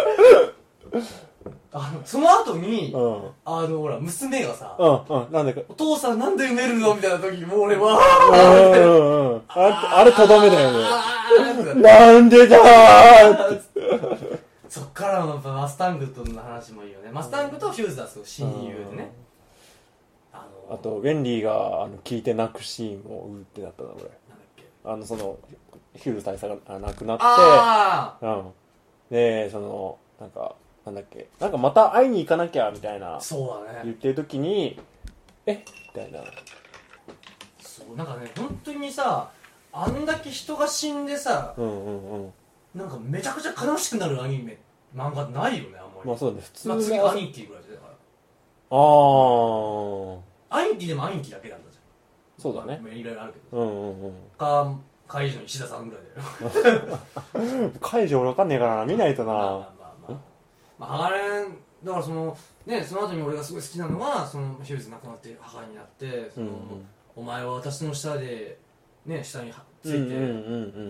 あのその後に、うん、あのほら娘がさ、 うんうん、なんでかお父さんなんで埋めるのみたいな時もう俺はうんうん、あ, あれとどめだよねなんでだーってそっからのマスタングとの話もいいよねマスタングとフューズはすごい親友でね、 うん、あ, のー、あとウェンディがあの聞いて泣くシーンをうってなったな俺なんだっけあのそのフューズ大佐が亡くなってあ、 うん、でそのなんかなんだっけなんかまた会いに行かなきゃみたいなそうだね言ってる時にえみたいなそうなんかね本当にさあんだけ人が死んでさ、 うんうんうん、 なんかめちゃくちゃ悲しくなるアニメ漫画ないよねあんまりまあそうね普通まあ、次アニティぐらいでだからああアニティでもアニティだけなんだじゃんそうだねいろいろあるけどうんうんうんか海上の石田さんぐらいだよ海上俺わかんねえからな見ないとな、まあまあまあまあ、ハガレンだからそのねその後に俺がすごい好きなのはそのヒューズ亡くなってハガレンになってその、うんうん、お前は私の下でね下について、うんうんうん、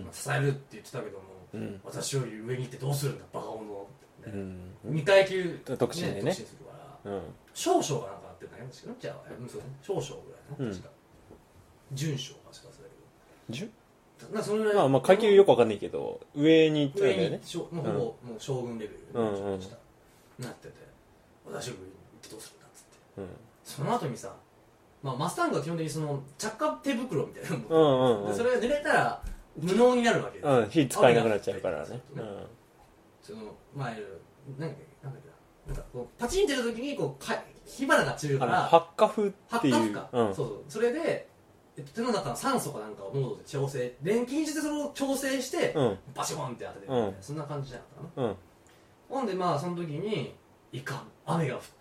支えるって言ってたけども、うん、私より上に行ってどうするんだバカ者、ねうん、にかい級、ね、 特進でねするから、うん、少々がなんかなってるんだけどじゃあそう、ね、少々ぐらいね確か、うん、準将かしかそれけど準なそのぐらいまあまあ階級よくわかんないけど上に行ってるんだよねもうほぼ、うん、もう将軍レベルで、うんうん、なってて私より上に行ってどうするんだっつって、うん、その後にさまあ、マスタングは基本的にその着火手袋みたいなの、うんうんうん、それが濡れたら無能になるわけです、 うん、火使えなくなっちゃうからね、うん、 その前なんだっけなんだっけなんかこうパチンってる時にこうか火花が散るから発火風っていう発火か、うん、そうそうそれで、えっと、手の中の酸素かなんかを濃度で調整錬金術でそれを調整して、うん、バシコンって当ててるみたいな、うん、そんな感じじゃなかったかな、うん、ほんでまあその時にいかん雨が降ってきたなって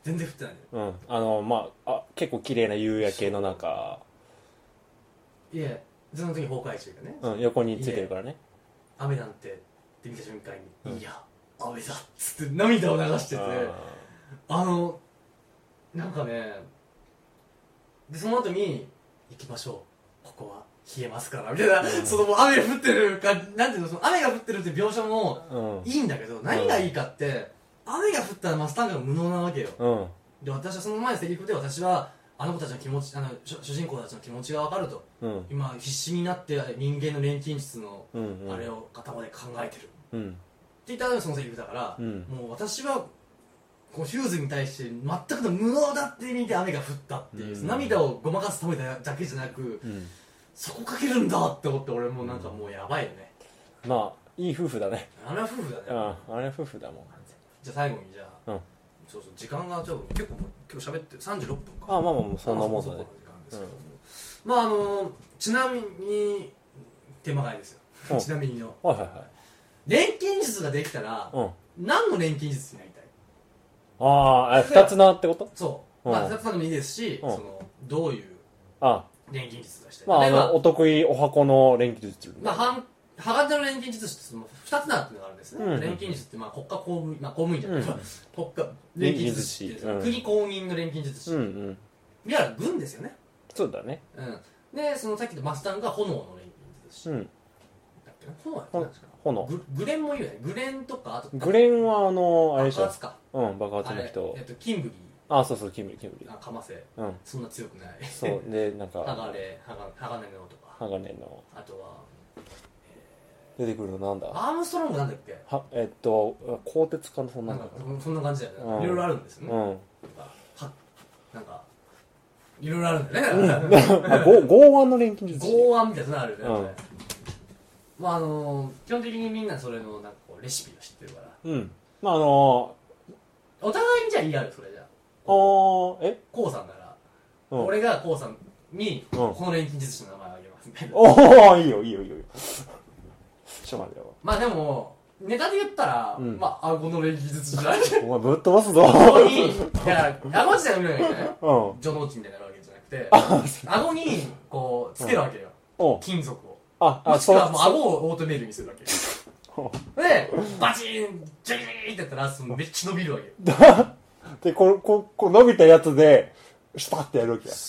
全然降ってないうん。あの、まあ、あ結構綺麗な夕焼けの中。 いえ、その時崩壊中がね。 うん、横についてるからね。 雨なんてって見た瞬間に、うん、いや、雨だっつって涙を流してて、あの、なんかね、で、その後に、行きましょう。ここは冷えますから、みたいな、うん、そのもう雨が降ってるか、なんていうの、その雨が降ってるって描写もいいんだけど、うん、何がいいかって、雨が降ったらマスタンガが無能なわけよ。うん、で、私はその前のセリフで、私は、あの子たちの気持ち、あの主人公たちの気持ちが分かると、うん、今必死になって人間の錬金術のあれを頭で考えてる、うん、って言ったらそのセリフだから、うん、もう私はこうヒューズに対して全くの無能だって意味で雨が降ったっていう、うん、涙をごまかすためだけじゃなく、うん、そこかけるんだって思って俺もなんかもうやばいよね、 うん、まあいい夫婦だね。 あれは夫婦だね。 あれは夫婦だもん。 じゃあ最後にじゃあ、うん、そうそう時間がちょっと結構今日喋ってさんじゅうろっぷんか。 ああまあまあそんなもんだね。 まああのちなみに手間がいですよ、うん、ちなみにの、はいはいはい、錬金術ができたら、うん、何の錬金術になりたい？ ああふたつなってこと？ そう、うん、まあふたつなでもいいですし、うん、そのどういう錬金術がしたい？ まああのお得意お箱の錬金術、 まあ半鋼の錬金術ってふたつなっていうのがあるんですね、うん、錬金術ってまあ国家公務員、まあ、公務員じゃない、うん、国家錬金術師って、うん、国公認の錬金術師、うんうん、いわゆる軍ですよね。 そうだね、 うん、でそのさっきのマスタンが炎の錬金術師、うん、だっけな、炎は何ですか？炎グ, グレンもいるよね。グレンとかあとグレンはあのあれでしょ、 爆発か、 うん爆発の人、 えっとキンブリー、 あそうそうキンブリーキンブリーあかませ、うん、そんな強くない。 そうでなんか鋼鋼のとか鋼のあとは出てくるのなんだ、 アームストロングなんだっけ、 はえっと鋼鉄かな、そんななんかそんな感じだよね、うん、いろいろあるんですよね、うん、なんかなんかいろいろあるんだよね、うん、あ剛腕の錬金術師、 剛腕みたいなのあるよね、うん、まああのー、基本的にみんなそれのなんかこうレシピを知ってるから、うんまああのー、お互いにじゃあ言い合う、それじゃああえコウさんなら、うん、俺がコウさんにこの錬金術師の名前をあげますみたいな、 おおいいよいいよいいよちょっと待ってよ。 まあでもネタで言ったら、うん、まあ顎の錬金術師じゃないお前ぶっ飛ばすぞ顎にいや顎自体の上がね、うん、ジョノーチみたいになるわけじゃなくて顎にこうつけるわけよ、うん、金属をああもしくはもう顎をオートメールにするわけでバチーンジュリーってやったらそのめっちゃ伸びるわけでこうこうこう伸びたやつでスパッてやるわけや。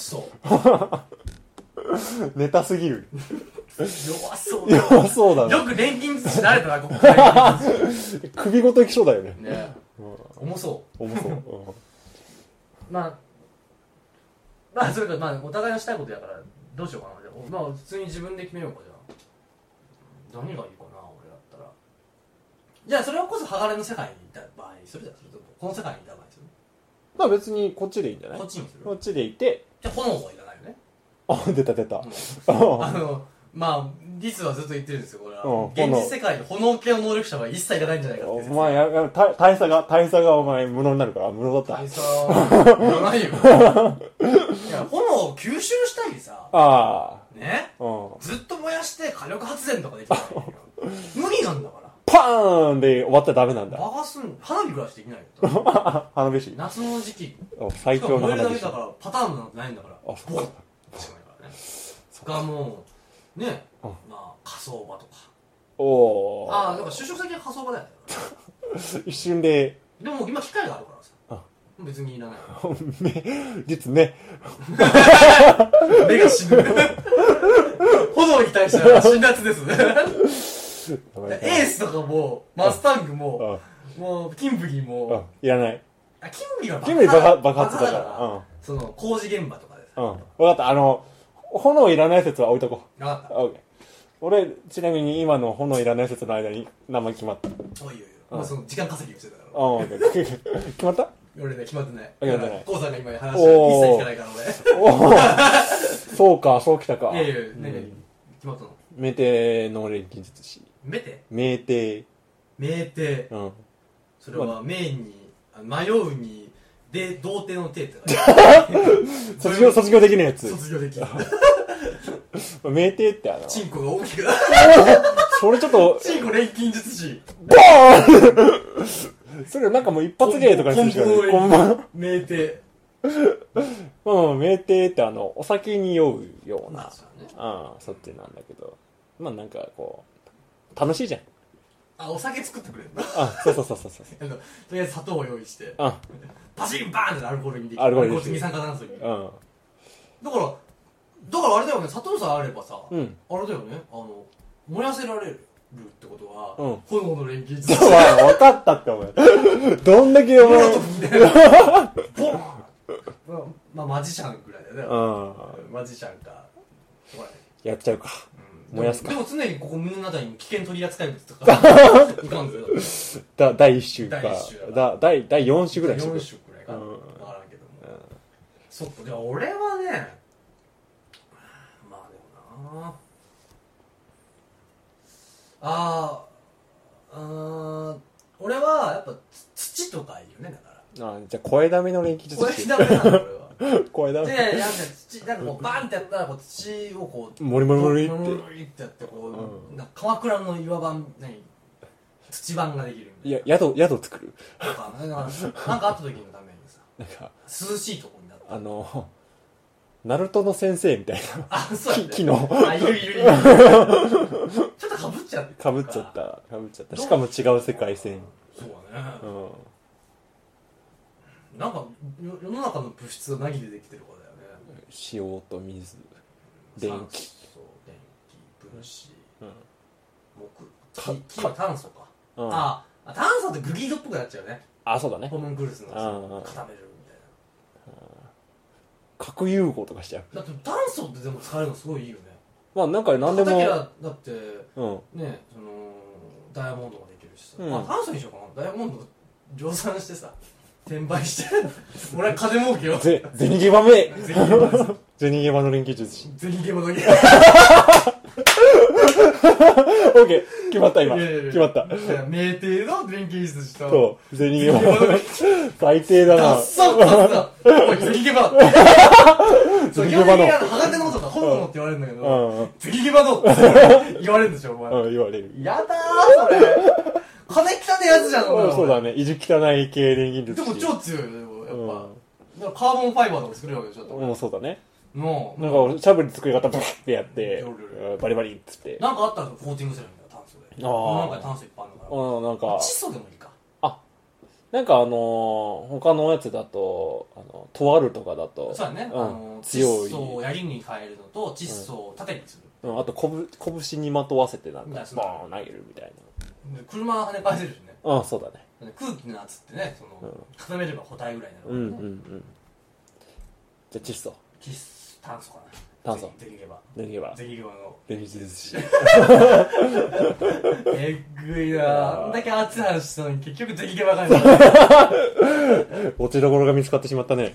そうネタすぎる弱そうだ弱そうだね。 よく錬金術師慣れたなここ首ごといきそうだよね。 ね、うん、重そう重そう、うん、 まあまあそれかまあお互いのしたいことやからどうしようかな。まあ普通に自分で決めようか。じゃあ何がいいかな俺だったら。じゃあそれをこそ鋼の世界にいた場合それじゃそれとこの世界にいた場合ですよね。 まあ別にこっちでいいんじゃない？ こっちにする。 こっちでいてじゃあ炎はいらないよね。 あ出た出た、うん、 あのまあリスはずっと言ってるんですよこれは、うん、現実世界に炎系の能力者は一切いらないんじゃないかって。 お前やや大大佐が大佐がお前無能になるから無能だった。 大佐いらないよいや炎を吸収したりさあね、うん、ずっと燃やして火力発電とかできないよ無理なんだから。 パーンで終わったらダメなんだ。 爆発すん花火ぐらいしできないよ花火師夏の時期最強の花火師。 燃えるだけだからパターンなんてないんだから。あそうかそこはもうね、うん、まあ火葬場とか。おお。ああだから就職先は火葬場だよね一瞬で。 でも今機械があるからさあ別にいらない目実ね目が死ぬ炎に対しては辛辣ですねエースとかもマスタングももうキンブリーもいらない。 あキンブリーはキンブリー爆発だから、うん、 その工事現場とかでさ、 うん、分かった。あの炎いらない説は置いとこう。 分かった。 オッケー。俺ちなみに今の炎いらない説の間に名前決まった。 おいおいおい、もうその時間稼ぎをしてたから。 ああ決まった？ 俺ね決まってない。 決まってない。 コウさんが今話したら一切聞かないから俺そうかそうきたか。 いやいや何々決まったの？ メテの錬金術師。 メテ？ メテメテ、うん、それはメインに迷うにで童貞の手って卒業卒業できないやつ。 卒業できないメテってあのチンコが大きくなそれちょっとチンコ錬金術師ボーンそれなんかもう一発芸とかにするしかない。 こんばん酩酊。 まあ酩酊ってあのお酒に酔うような、ああそっちなんだけど、まあなんかこう楽しいじゃん。 あ、お酒作ってくれるの。 あ、そうそうそうそうそう。 とりあえず砂糖を用意して、 あ、 パシンバーンってアルコールにできる。 アルコールに二酸化炭素に。 うん。 だからだからあれだよね、砂糖さえあればさ、 うん、 あれだよね、あの燃やせられるってことは、 うん、 炎の錬金術。 そう分かったってお前。どんだけお前。 ボン。まあマジシャンぐらいだよね。うん。マジシャンか。 やっちゃうか。燃やすか。 でも常にここ胸の中に危険取扱物とか浮かんでる。 だ第一種か。だ第第四種ぐらい。 四種ぐらいか。わからんけども。そっか。でも俺はね、まあでもな。ああ、うん。俺はやっぱ土とかいいよね、だから。 ああ、じゃあ声だめの錬金術師。声だめなの俺は。 声だめ。 で、なんか土、なんかこうバーンってやったらこう土をこうモリモリモリってモリモリってやってこう、なんか鎌倉の岩盤何土盤ができるみたいな。いや宿宿作る。 とかなんかなんかあった時のためにさ、なんか涼しいとこになって。 あのナルトの先生みたいな。 あ、そうやね。 木の。 あ、いるいるいる。ちょっとかぶっちゃった。 かぶっちゃった。かぶっちゃった。しかも違う世界線。 そうだね。うん。なんか世の中の物質が何でできてるかだよね。 塩と水、電気、 そう電気、分子、 うん、 木、木は炭素か。うん、ああ、炭素ってグギードっぽくなっちゃうね。 あ、そうだね。 ホムンクルスの固めるみたいな。 核融合とかしちゃう。 だって炭素ってでも使えるのすごいいいよね。 まあなんか何でも。 だって、 うん、 ね、そのダイヤモンドができるしさ。 うん、 あ、炭素にしようかな。ダイヤモンド量産してさ。転売して俺は金儲けよ。 ぜ、銭ゲバめ銭ゲバの錬金術師。 銭ゲバの錬金オッケー決まった今。決まった。 酩酊の錬金術師と。 そう。銭ゲバ。最低だな。 ダッサッダッサおい、銭ゲバ銭ゲバの。はがてのことか、本能って言われるんだけど、銭ゲバの言われるんでしょ、お前。 うん、言われる。 やだー、それ。金汚いやつじゃん、 そうだね。意地汚い系錬金術師。 でも超強いよ、でも、やっぱ。だからカーボンファイバーとか作れるわけでしょ、 うん、そうだね。 のなんか俺、シャブリ作り方バッってやって、バリバリっつって。 なんかあったらコーティングするんだよ、炭素で。ああ。なんか炭素いっぱいあるのかな。うん、なんか。 窒素でもいいか。 あ、なんかあのー、他のやつだと、あの、とあるとかだと。 そうだね。 うん、 あの、窒素を槍に変えるのと、窒素を盾にする。 うん、あと、こぶ、拳にまとわせてなんか、バーン投げるみたいな。 車跳ね返せるしね。 ああ、そうだね。 空気の圧ってね、その、固めれば固体ぐらいになるからね。うんうんうん。 じゃあ窒素。 窒素、炭素かな。 炭素。 ゼニゲバ。 ゼニゲバ。 ゼニゲバの。 ゼニ術師。 えぐいな。あんだけ熱い話したのに結局ゼニゲバがね。 落ちどころが見つかってしまったね。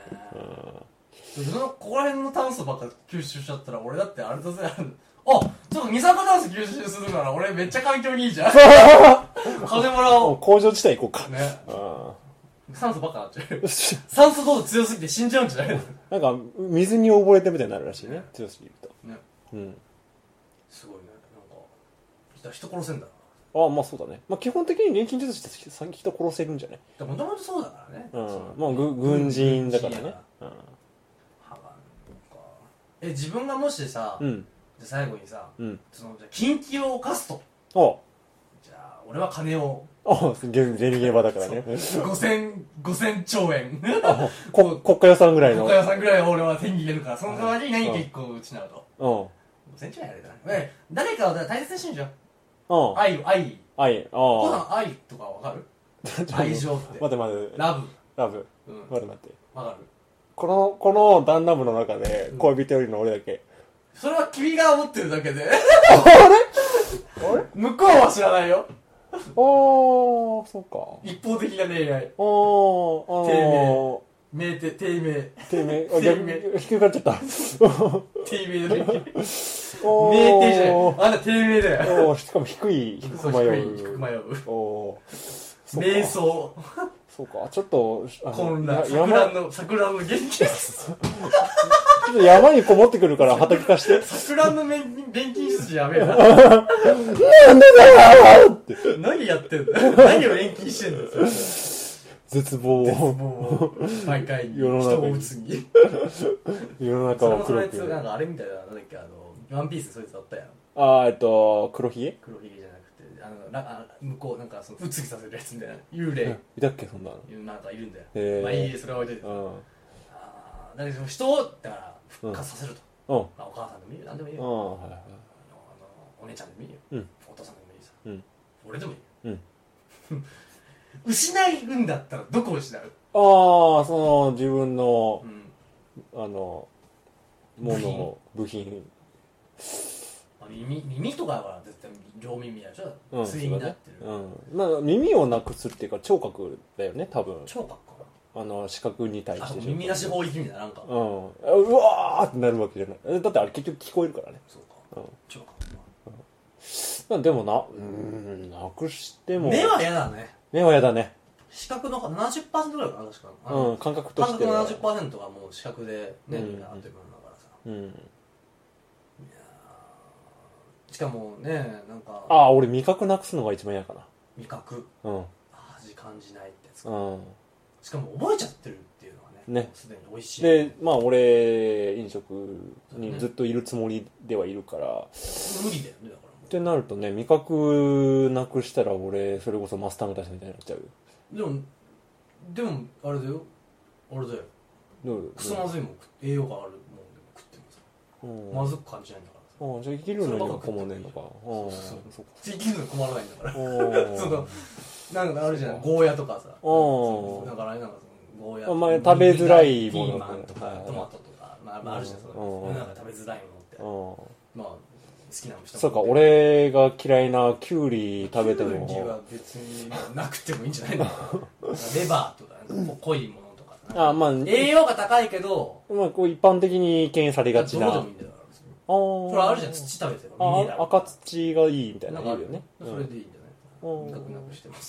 ここら辺の炭素ばっか吸収しちゃったら、俺だってあれだぜ。あ、ちょっと二酸化炭素吸収するから俺めっちゃ環境にいいじゃん。金もらおう。 工場地帯行こうか。 ね。酸素ばっかなっちゃう。酸素濃度強すぎて死んじゃうんじゃないの？ なんか水に溺れてみたいになるらしいね。強すぎると。 ね。うん。すごいね。なんか人殺せんだな。ああ、まあそうだね。まあ基本的に錬金術師って人殺せるんじゃない？ もともとそうだからね。 うん。まあ軍人だからね。うん。 え、自分がもしさ。うん。で最後にさ、 うん、 そのじゃ禁忌を犯すと。 おじゃあ俺は金を。 あ、ゼニゲバだからね。 五千五千兆円。 こ国家予算ぐらいの。 国家予算ぐらいを俺は手に入れるから、その代わりに何か一個失うと。うん。五千兆円やれたら。え、誰かを大切にしてんじゃん。うん。愛愛。愛。ああ。この愛とかわかる？愛情って。 待って待って。 ラブ。 ラブ。うん。待って待って。 わかる？ このこの旦那部の中で恋人よりの俺だけ。 それは君が思ってるだけで。あれあれ向こうは知らないよ。 ああ、そうか。 一方的な恋愛。ああ、 低迷。酩酊、低迷。 低迷。低迷。ひっくり返っちゃった。 低迷の恋愛。酩酊じゃない。あんた低迷だよ。 しかも低い、低く迷う。 低く迷う。お瞑想。 そうか、ちょっと混乱、桜の桜の元気ちょっと山にこもってくるから畑貸して桜の錬金術師やべえななんでだよって何やってんだよ何を錬金してんだよ絶望を絶望を毎回に人を打つに世の中を黒くそれもそいつなんかあれみたいな、なんだっけ、あのワンピースそいつあったやん。 あーえっと黒ひげ黒ひげじゃなくて、あのあ向こうなんかそのうつぎさせるやつみたいな幽霊いたっけそんなのなんかいるんだよ。 へーまあいいそれは置いといて、 うん、 あだけど人をだから復活させると、 うんまあ、お母さんでもいいよ、なんでもいいよ、 うんはいはい、 あのお姉ちゃんでもいいよ、 うん、 お父さんでもいいさ、 うん、 俺でもいいよ、 うん、 失うんだったらどこを失う？ ああその自分の、 うん、 あのもの部品耳, 耳とかは絶対両耳やでしょ、うん、対になってる、 うん、まあ耳をなくすっていうか聴覚だよね多分。 聴覚かなあの視覚に対して耳なし法域みたいななんか、 うん、うわーってなるわけじゃない。だってあれ結局聞こえるからね。そうか、うん、聴覚、うん、でもなうんなくしても目は嫌だね。 目は嫌だね。視覚の ななじゅっパーセント ぐらいかな確か、 うん、感覚としては感覚の ななじゅっパーセント がもう視覚でね、みんなあってくるんだからさ、うん、いやしかもねなんかああ俺味覚なくすのが一番嫌かな。 味覚、 うん、 味感じないってやつか、 うん、しかも覚えちゃってるっていうのはね、 ねすでに美味しいでまあ俺飲食にずっといるつもりではいるから、ね、 無理だよねだからってなるとね味覚なくしたら俺それこそマスターの達みたいになっちゃうよ。 でもでもあれだよあれだよクソまずいもん栄養があるもんでも食ってもさ、うん、まずく感じないんだからさ。ああじゃあ生きるのには困んねえのか。そうそうそう生きるのに困らないんだからそのなんかあるじゃないゴーヤとかさ、だからあれなんかそのゴーヤ、まあ、 食べづらいものピーマンとかトマトとか、まあ、あるじゃんそのなんか食べづらいものってまあ好きな人もそうか俺が嫌いなキュウリ食べてもキュウリは別になくてもいいんじゃないのレバーとか濃いものとかあ、まあ、栄養が高いけど、 まあ、こう一般的に敬遠されがちなどうでもいいんだよほらあるじゃん土食べてるあ赤土がいいみたいなの言うよね。 それでいいんじゃない味覚なくしてます。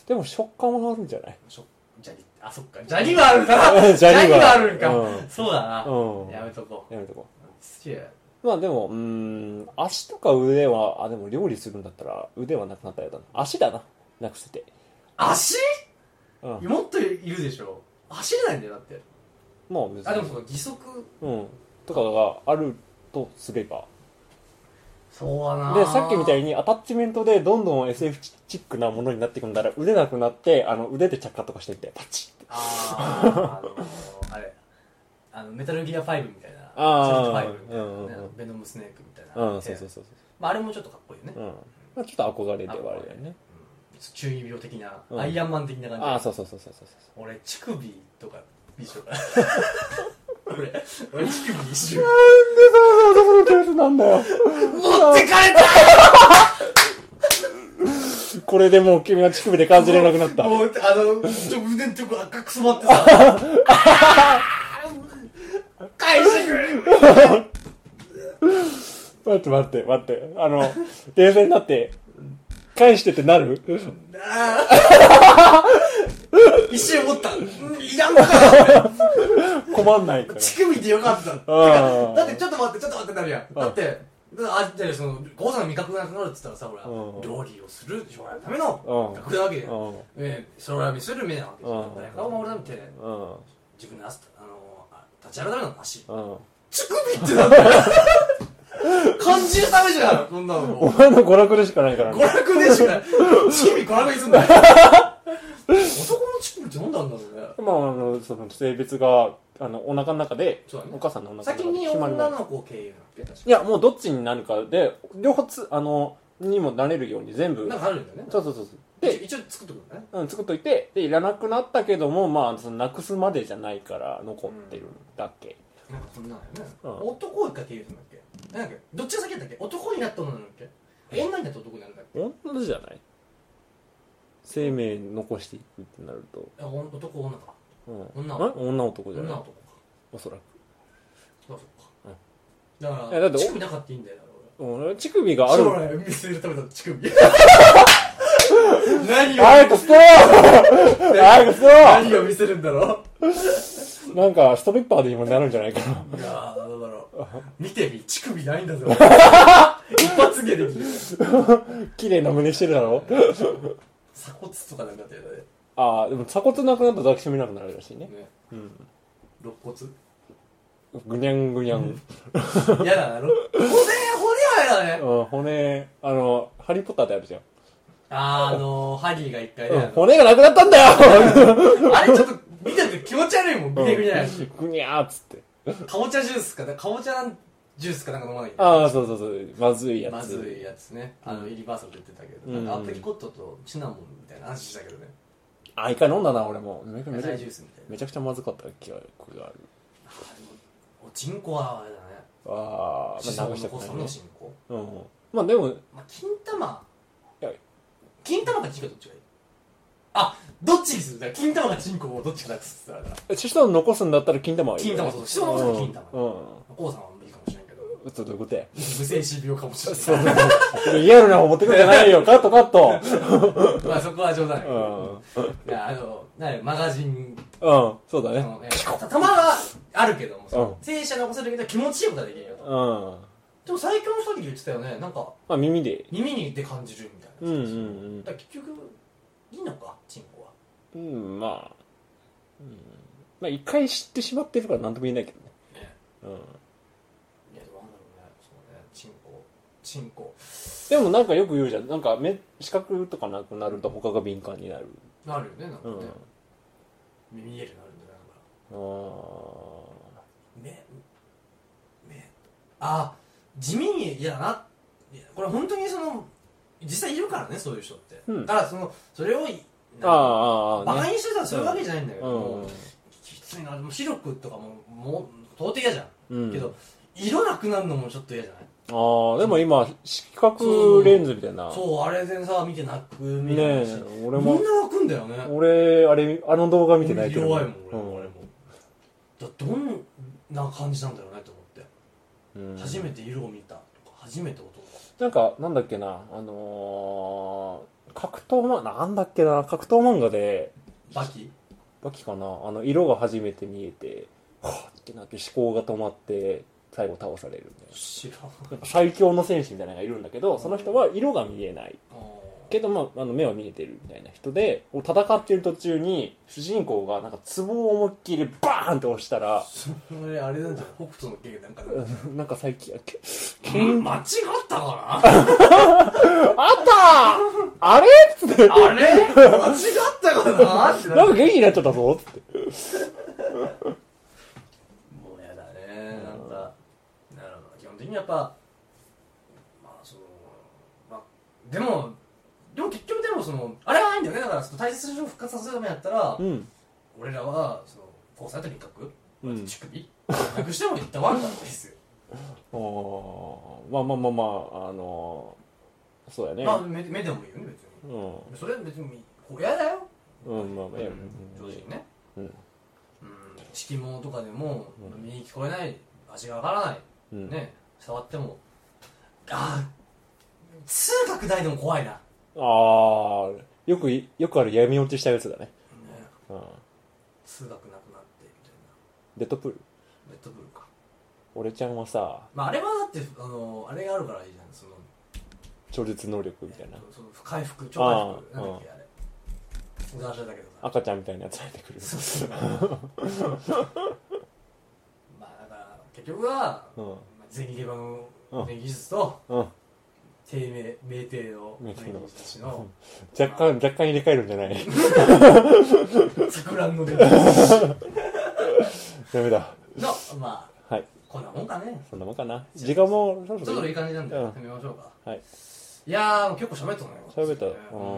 でも食感はあるんじゃない？ 砂利あそっか砂利はあるな砂利はあるんか、うん、そうだな、うん、やめとこうやめとこう。 まあでもうーん足とか腕はあでも料理するんだったら腕はなくなったらやだな。足だななくせて。 足？うん、もっといるでしょ。走れないんだよだって。 まあ別にあでもその義足うんとかがあるとすれば。 そうだな。 でさっきみたいにアタッチメントでどんどん エスエフ チックなものになっていくんだら腕なくなってあの腕で着火とかしてみてパチッて。 あああのあれあのメタルギアファイブみたいな。 ああ、 うんうんうん、ベノムスネークみたいな、 うん、そうそうそうそう、 まあ、あれもちょっとかっこいいよね、うんまあ、ちょっと憧れではあるよね、 うん、中二病的な、うん、アイアンマン的な感じ。 ああそうそうそうそうそうそう俺乳首とか一緒だ俺俺乳首一緒なんでその男のやつなんだよ持ってかれたこれでもう君は乳首で感じれなくなったもうあのちょ腕のとこ赤く染まってさ返してくれ待って待って待ってあの冷静になって返してってなる一瞬思ったいらんのか困んないから乳首でよかっただってちょっと待ってちょっと待ってなるやんだってあってその郷さんの味覚がなくなるって言ったらさほら料理をする将来のための味覚なわけで将来を見せる目なわけじゃん誰かを守るためって自分の立ち上がるための足乳首ってなんだよ感じるためじゃんこんなのお前の娯楽でしかないからね娯楽でしかない乳首娯楽にすんだよ男の乳首って何なんだろうね。 まああのその性別があのお腹の中で、ね、お母さんのお腹の中で先に女の子経由なのいやもうどっちになるかで両方つあのにもなれるように全部なんかあるんだよね。 そうそうそうで一応作っとくんだね。 うん作っといてでいらなくなったけどもまあそのなくすまでじゃないから残ってるだけ。 うん、なんかそんなのよね。うん、男が経由するんだっけ。なんだっけどっちが先だったっけ男になった女なんだっけ女になった男になるんだっけ女じゃない生命残していくってなると男女か、 うん、女女男じゃない女男かおそらくそうそうか、うん、だからだって乳首なかったいいんだよ俺乳首がある将来見せるための乳首何を早く捨てろ早く捨てろ何を見せるんだろうなんかストリッパーで今なるんじゃないかな。 いやーだから見てみ乳首ないんだぞ一発芸できる綺麗な胸してるだろ鎖骨とかなんかってるね。 ああでも鎖骨なくなったら抱きしめなくなるらしいね。ね、うん、 肋骨ぐにゃんぐにゃんやだな骨骨はやだね。 うん骨あのハリーポッターってあるじゃん。 あーあのー、ハリーが一回ね、 うん、骨がなくなったんだよあれちょっと見てて気持ち悪いもんぐにゃぐにゃやしぐにゃーっつってかぼちゃジュースかかぼちゃジュースかなんか飲まない。 ああそうそうそうまずいやつまずいやつね。あのユニバーサルで言ってたけど、うん、なんかアプリコットとシナモンみたいな話したけどね。 あ一回飲んだな俺もめ野菜ジュースみたいなめちゃくちゃまずかった気がこれがある。 あでもおちんこはあれだね。 ああまあ流したくないね。 うん、まあでもまあ金玉いや金玉かチンコどっちがいい。あどっちにするんだよ。金玉かチンコをどっちかだっつったらシソン残すんだったら金玉はいい、 ね、金玉そうシソン残すの金玉うんコウさんは無理かもしれないけどうつどういうことや無精子病かもしれないそうリアルな方持ってくるんじゃないよカットカットまあそこは冗談、うん、いやあの何マガジンうんそうだね玉はあるけどもさ、うん、精子は残せるけど気持ちいいことはできるよと、うん、でも最強の人に言ってたよねなんか、 まあ、耳で耳にで感じるみたいな、 うんうんうん、 だから結局いいのかチンコはうんまあ、うん、まあ一回知ってしまってるから何とも言えないけどね。ね、うん。いやどうなんだろうね、そうね、チンコ、チンコ。 でもなんかよく言うじゃん、なんか目視覚とかなくなると他が敏感になる。 なるよね、なんかね。うん、見えるようになるんだよね。ああ。目、目。あ、地味に嫌だな。これ本当にその実際いるからねそういう人って。うん、だからそのそれをああバカにしてたらそういうわけじゃないんだけど、うん、きついな。でも視力とかももう到底嫌じゃん、うん、けど色なくなるのもちょっと嫌じゃない。 ああでも今視覚レンズみたいなそうあれでさ見て泣く見るし、ね、俺もみんな泣くんだよね。 俺あれあの動画見てないけど弱いもん俺も、うん、俺もだどんな感じなんだろうねと思って、うん、初めて色を見たとか初めて音がなんかなんだっけなあのー格闘漫画なんだっけな格闘漫画でバキバキかなあの色が初めて見えてはぁってなって思考が止まって最後倒されるみたいな。 知らん最強の戦士みたいなのがいるんだけどその人は色が見えないけど、まあ、あの目は見えてるみたいな人で戦ってる途中に主人公がなんか壺を思いっきりバーンって押したらそれあれなんじゃない北斗の拳なんかなんか最近けけん間違ったかなあったあれっつってあれ間違ったかなってなんか元気になっちゃったぞっつってもうやだねなんかなるほど基本的にやっぱまあそのまあでもでも結局でもそのあれはないんだよね。だからその大切な人を復活させるためやったら、うん、俺らはその交際とにかく、うん、乳首なくしてもいったわけなんですよあまあまあまあまああのー、そうやね。 まあ目, 目でもいいよね別に、うん、それは別に親だよ。 うんまあまあ、うん、 正直ね。うん。うん。色物とかでも、うん、耳に聞こえない味がわからない、うん、ね触ってもああ痛覚大でも怖いな。 ああよくよくある闇落ちしたやつだね。ね、 うん、数学なくなってみたいな。 レッドプール。 レッドプールか。 俺ちゃんはさ、 まああれはだってあのあれがあるからいいじゃんその超絶能力みたいな。 その回復超回復なんだっけあれ。忘れたけどさ。 赤ちゃんみたいなやつ入ってくる。そうそう。まあだから結局は、うん、銭ゲバの技術と。うんうん低迷、酩酊の酩酊たちの若干、若干入れ替えるんじゃない錯乱の出ダメだの、まあ、 はい、 こんなもんかね。 そんなもんかな。時間もそろそろいい感じなんで、やってみましょうか。 はい。 いやー、結構喋ったね。 喋った。うん。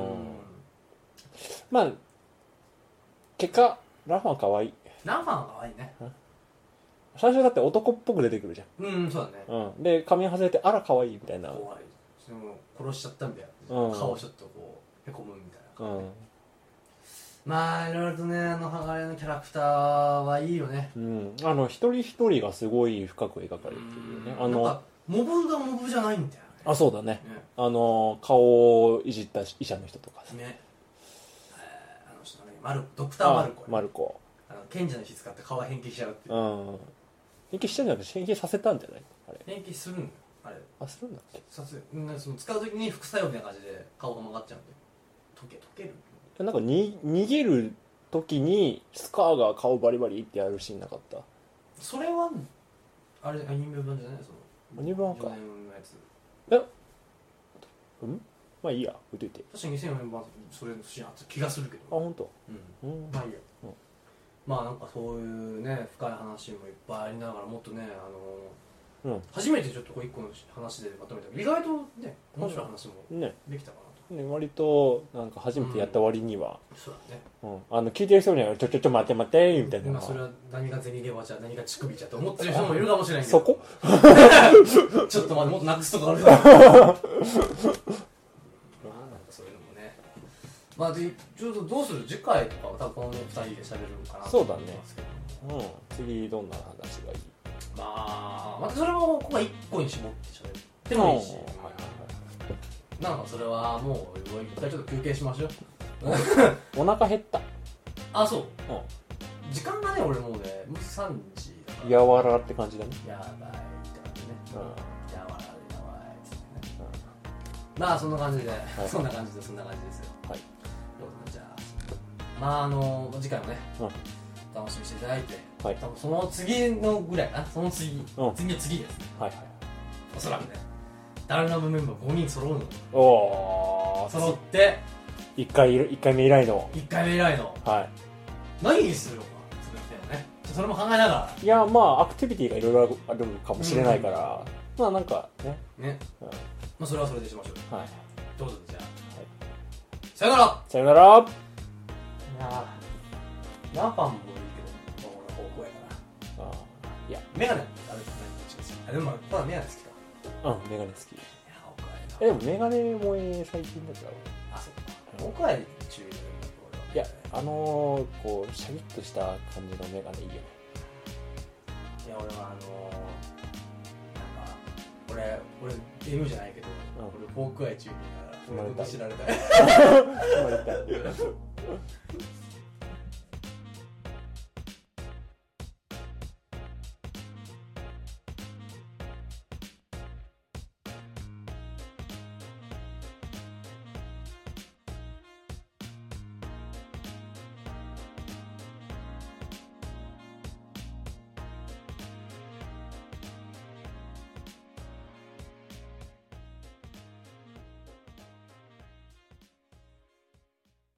まあ、結果、ラファン可愛い。 ラファンは可愛いね。 最初だって男っぽく出てくるじゃん。 うん、そうだね。 うん。で、仮面外れて、あら可愛いみたいな。 怖い。殺しちゃったみたいな、うん、顔ちょっとこうへこむみたいな、うん、まあいろいろとねあのハガレのキャラクターはいいよね、 うん、あの一人一人がすごい深く描かれてるよね。あのモブがモブじゃないんだよね。 あ、そうだね。ね、あの顔をいじった医者の人とかさね、えー、あの人ね、マルドクターマルコ、ね、 マルコ、 あの賢者の石使って顔変形しちゃうっていう、 うん、変形しちゃうんじゃなくて変形させたんじゃないあれ。 変形するんだよあれ。 あ、するんだっけ。 させその使う時に副作用みたいな感じで顔が曲がっちゃうんで溶け溶ける。 なんかに逃げる時にスカーが顔バリバリってやるシーンなかった？ それはあれアニメ版じゃない？そのアニメ版か。 よねんのやつ。 え、うん、まあいいや、置いといて。 確かににせんよねん版それのシーンあった気がするけど。 あ、本当。 うん、うん、まあいいや、うん、まあなんかそういうね深い話もいっぱいありながらもっとねあのーうん、初めてちょっとこう一個の話でまとめたけど意外とね面白い話もできたかな。 ね、割となんか初めてやった割には、 うん、そうだね、 うん、あの聞いてる人にはちょちょちょ待って待ってみたいな、 まあ、それは何が銭ゲバじゃ何が乳首じゃって思ってる人もいるかもしれないけどそこちょっと待ってもっとなくすとかあるだろうそういうのもね。まあでちょっとどうする次回とかは多分このふたりで喋るかなと思いますけど、 そうだね、うん、次どんな話がいい。 まあまたそれもここはいっこに絞って喋ってもいいし、なんかそれはもう一回ちょっと休憩しましょうお腹減った。 あ、そう、うん、時間がね俺もうねもうさんじだからやわらって感じだね。 やばいって感じね、うん、やわらでやばいっつってね、うん、まあそんな感じで、はい、そんな感じでそんな感じですよ。はい、じゃあまああの次回もね、うん、楽しみにしていただいて、はい、多分その次のぐらいかな、その次、うん、次の次ですね、はいはい、おそらくねダルナブメンバーごにん揃うの。おー、揃っていっかいいっかいめ以来のいっかいめ以来の、はい、何にするのかそれね、それも考えながら。 いやまあアクティビティがいろいろあるかもしれないから、うん、まあなんかねね、 うん、まあそれはそれでしましょう。はい、どうぞじゃあ、はい、 さよならさよなら。いやーナパンもいいけど俺は高校やから。ああ、いやメガネあるじゃない。あでもまだメガネ好きか。 うん、メガネ好き。え、でもメガネ萌え最近だから。 あ、そうか。僕は中いや、あのー、こうシャリッとした感じのメガネいいよね。 いや、俺はあのー、なんか俺俺 エム じゃないけど、うん、俺フォークアイ中に俺の知られたい。